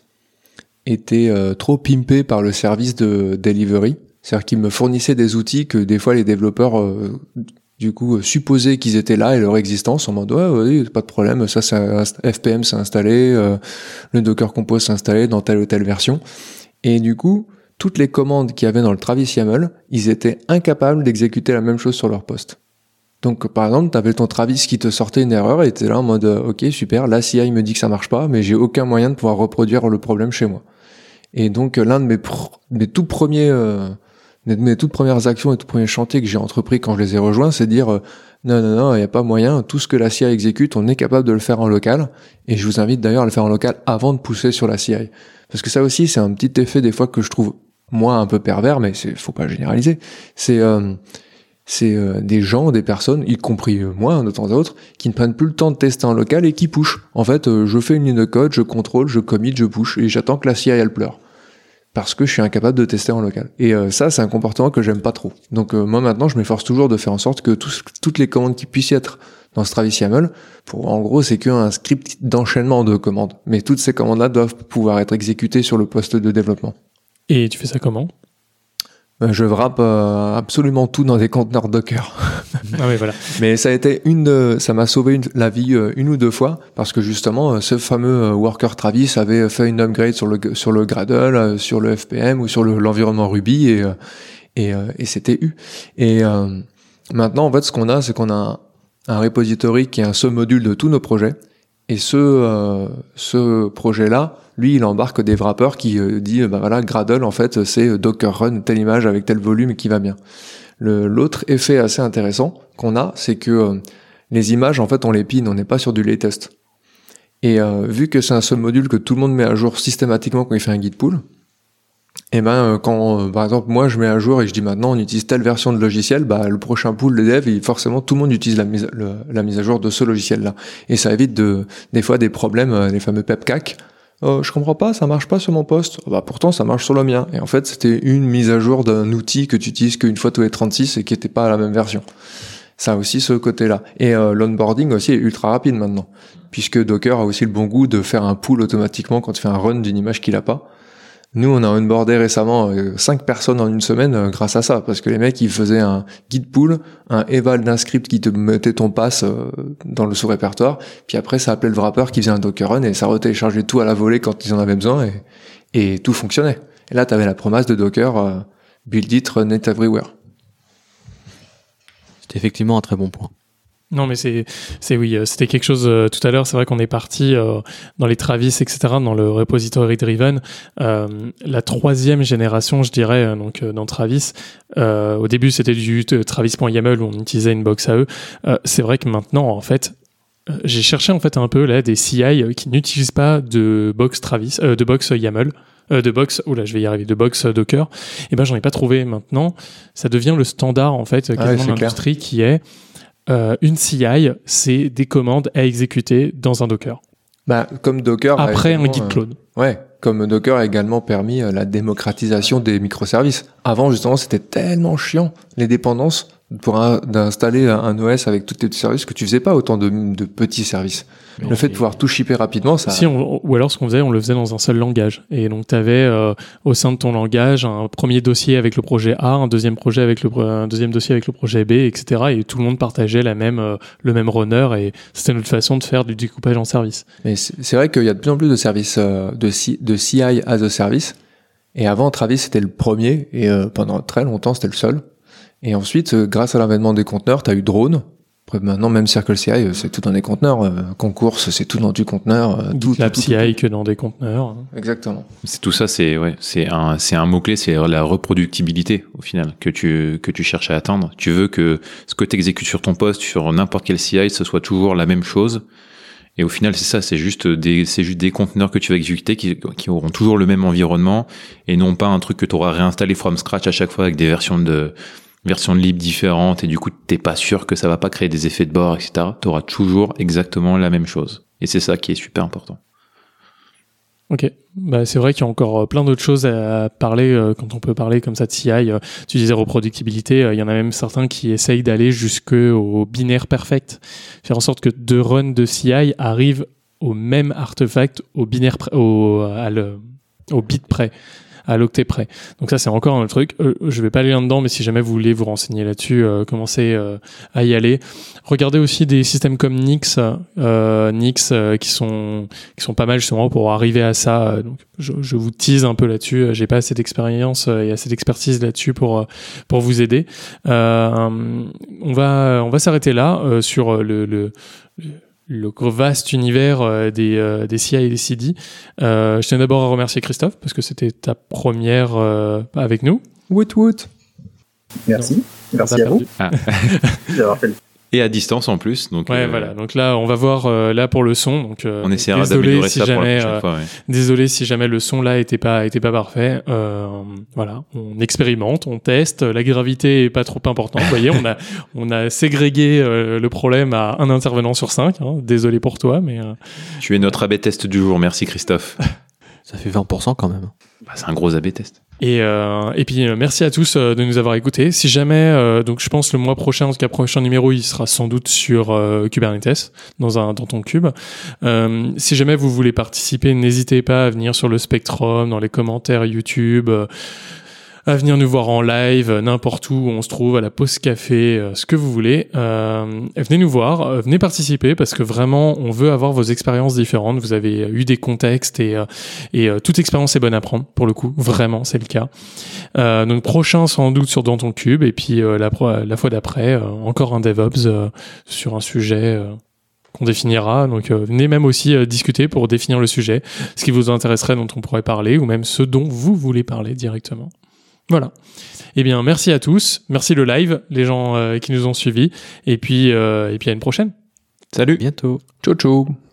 était euh, trop pimpé par le service de delivery. C'est-à-dire qu'il me fournissait des outils que des fois les développeurs euh, du coup supposaient qu'ils étaient là et leur existence en mode ouais, ouais pas de problème, ça c'est F P M s'est installé, euh, le Docker Compose s'est installé dans telle ou telle version. Et du coup, toutes les commandes qu'il y avait dans le Travis YAML, ils étaient incapables d'exécuter la même chose sur leur poste. Donc par exemple, tu avais ton Travis qui te sortait une erreur et tu es là en mode ok super, la C I me dit que ça marche pas, mais j'ai aucun moyen de pouvoir reproduire le problème chez moi. Et donc l'un de mes, pr- mes tout premiers euh, mes toutes premières actions et tout premiers chantiers que j'ai entrepris quand je les ai rejoints, c'est de dire euh, non, non, non, il n'y a pas moyen, tout ce que la C I exécute, on est capable de le faire en local, et je vous invite d'ailleurs à le faire en local avant de pousser sur la C I. Parce que ça aussi, c'est un petit effet des fois que je trouve, moi, un peu pervers, mais c'est, faut pas généraliser, c'est, euh, c'est euh, des gens, des personnes, y compris euh, moi, de temps à autre, qui ne prennent plus le temps de tester en local et qui pushent. En fait, euh, je fais une ligne de code, je contrôle, je commit, je push, et j'attends que la C I, elle pleure. Parce que je suis incapable de tester en local. Et euh, ça, c'est un comportement que j'aime pas trop. Donc euh, moi maintenant, je m'efforce toujours de faire en sorte que tout, toutes les commandes qui puissent y être dans ce Travis YAML, pour, en gros, c'est qu'un script d'enchaînement de commandes. Mais toutes ces commandes-là doivent pouvoir être exécutées sur le poste de développement. Et tu fais ça comment ? euh, Je wrap euh, absolument tout dans des conteneurs Docker. Ah oui, voilà. Mais ça a été une, de, ça m'a sauvé une, la vie euh, une ou deux fois parce que justement, ce fameux euh, worker Travis avait fait une upgrade sur le sur le Gradle, euh, sur le F P M ou sur le, l'environnement Ruby et euh, et, euh, et c'était eu. Et euh, maintenant, en fait, ce qu'on a, c'est qu'on a un, un repository qui est un sous-module de tous nos projets. Et ce euh, ce projet-là, lui, il embarque des wrappers qui euh, dit, bah voilà, Gradle, en fait, c'est Docker Run telle image avec tel volume qui va bien. Le, l'autre effet assez intéressant qu'on a, c'est que euh, les images, en fait, on les pine, on n'est pas sur du latest. Et euh, vu que c'est un seul module que tout le monde met à jour systématiquement quand il fait un git pull, et ben euh, quand, euh, par exemple, moi je mets à jour et je dis maintenant on utilise telle version de logiciel, bah le prochain pull de dev, il, forcément tout le monde utilise la mise, le, la mise à jour de ce logiciel-là. Et ça évite de, des fois des problèmes, euh, les fameux pepcac. Oh, je comprends pas, ça marche pas sur mon poste. Oh, bah pourtant ça marche sur le mien. Et en fait c'était une mise à jour d'un outil que tu utilises qu'une fois tous les trente-six et qui était pas à la même version. Ça a aussi ce côté-là. Et euh, l'onboarding aussi est ultra rapide maintenant, puisque Docker a aussi le bon goût de faire un pull automatiquement quand tu fais un run d'une image qu'il a pas. Nous, on a onboardé récemment euh, cinq personnes en une semaine euh, grâce à ça, parce que les mecs, ils faisaient un git pull, un eval d'un script qui te mettait ton pass euh, dans le sous-répertoire, puis après, ça appelait le wrapper qui faisait un Docker run et ça retéléchargeait tout à la volée quand ils en avaient besoin et, et tout fonctionnait. Et là, t'avais la promesse de Docker, euh, build it, run it everywhere. C'est effectivement un très bon point. Non, mais c'est, c'est oui, c'était quelque chose euh, tout à l'heure. C'est vrai qu'on est parti euh, dans les Travis, et cetera, dans le repository driven. Euh, la troisième génération, je dirais, euh, donc euh, dans Travis. Euh, au début, c'était du euh, Travis.yaml où on utilisait une box A E. Euh, c'est vrai que maintenant, en fait, euh, j'ai cherché en fait un peu là des C I qui n'utilisent pas de box Travis, euh, de box YAML. Euh, de box, oula, je vais y arriver, de box Docker. Et ben, j'en ai pas trouvé maintenant. Ça devient le standard en fait, quasiment ah ouais, de l'industrie qui est Euh, une C I, c'est des commandes à exécuter dans un Docker. Bah, comme Docker. Après un git clone. Euh, ouais, comme Docker a également permis euh, la démocratisation des microservices. Avant, justement, c'était tellement chiant, les dépendances, pour un, d'installer un O S avec tous tes petits services que tu faisais pas autant de, de petits services. Mais le fait de pouvoir tout shipper rapidement, ça... Si, on, ou alors ce qu'on faisait, on le faisait dans un seul langage. Et donc, tu avais euh, au sein de ton langage un premier dossier avec le projet A, un deuxième projet avec le un deuxième dossier avec le projet B, et cetera. Et tout le monde partageait la même euh, le même runner. Et c'était notre façon de faire du découpage en services. Mais c'est, c'est vrai qu'il y a de plus en plus de services euh, de, C, de C I as a service. Et avant, Travis c'était le premier et euh, pendant très longtemps c'était le seul. Et ensuite, euh, grâce à l'avènement des conteneurs, tu as eu Drone. Après, maintenant, même Circle C I, c'est tout dans des conteneurs. Euh, Concours, c'est tout dans du conteneur. Euh, tout, GitLab tout, tout, C I tout. que dans des conteneurs. Exactement. C'est tout ça, c'est ouais, c'est un c'est un mot clé, c'est la reproductibilité au final que tu que tu cherches à atteindre. Tu veux que ce que tu exécutes sur ton poste, sur n'importe quel C I, ce soit toujours la même chose. Et au final, c'est ça, c'est juste des c'est juste des conteneurs que tu vas exécuter qui qui auront toujours le même environnement et non pas un truc que tu auras réinstallé from scratch à chaque fois avec des versions de version de lib différente et du coup t'es pas sûr que ça va pas créer des effets de bord, et cetera. T'auras toujours exactement la même chose. Et c'est ça qui est super important. Ok, bah c'est vrai qu'il y a encore plein d'autres choses à parler euh, quand on peut parler comme ça de C I. Euh, tu disais reproductibilité, il euh, y en a même certains qui essayent d'aller jusqu'au binaire perfect, faire en sorte que deux runs de C I arrivent au même artefact, au binaire, pr- au, à le, au bit près, à l'octet près. Donc ça c'est encore un autre truc. Euh, je vais pas aller là-dedans, mais si jamais vous voulez vous renseigner là-dessus, euh, commencez euh, à y aller. Regardez aussi des systèmes comme Nix, euh, Nix euh, qui sont qui sont pas mal justement pour arriver à ça. Donc je, je vous tease un peu là-dessus. J'ai pas assez d'expérience et assez d'expertise là-dessus pour pour vous aider. Euh, on va on va s'arrêter là euh, sur le le, le le vaste univers euh, des, euh, des C I et des C D. Euh, je tiens d'abord à remercier Christophe parce que c'était ta première euh, avec nous. Woot woot. Merci. Merci à vous. Ah. D'avoir fait le... Et à distance en plus. Donc, ouais, euh, voilà. Donc là, on va voir euh, là pour le son. Donc, euh, on essaiera désolé d'améliorer si ça jamais, pour la prochaine euh, fois. Ouais. Désolé si jamais le son là était pas était pas parfait. Euh, voilà, on expérimente, on teste. La gravité est pas trop importante. Vous voyez, on a on a ségrégué euh, le problème à un intervenant sur cinq. Hein. Désolé pour toi, mais euh... tu es notre A B test du jour. Merci Christophe. Ça fait vingt pour cent quand même. Bah, c'est un gros A B test. Et, euh, et puis euh, merci à tous euh, de nous avoir écoutés. Si jamais, euh, donc je pense le mois prochain, en tout cas prochain numéro, il sera sans doute sur euh, Kubernetes dans un dans ton cube. Euh, si jamais vous voulez participer, n'hésitez pas à venir sur le Spectrum, dans les commentaires YouTube. Euh, à venir nous voir en live, n'importe où, où on se trouve, à la pause café, euh, ce que vous voulez. Euh, venez nous voir, euh, venez participer, parce que vraiment, on veut avoir vos expériences différentes. Vous avez eu des contextes et, euh, et euh, toute expérience est bonne à prendre, pour le coup. Vraiment, c'est le cas. Euh, donc, prochain, sans doute, sur Dans ton cube, et puis euh, la, la fois d'après, euh, encore un DevOps euh, sur un sujet... Euh, qu'on définira. Donc euh, venez même aussi euh, discuter pour définir le sujet, ce qui vous intéresserait, dont on pourrait parler, ou même ce dont vous voulez parler directement. Voilà. Eh bien, merci à tous. Merci le live, les gens euh, qui nous ont suivis. Et puis, euh, et puis à une prochaine. Salut. Bientôt. Ciao, ciao.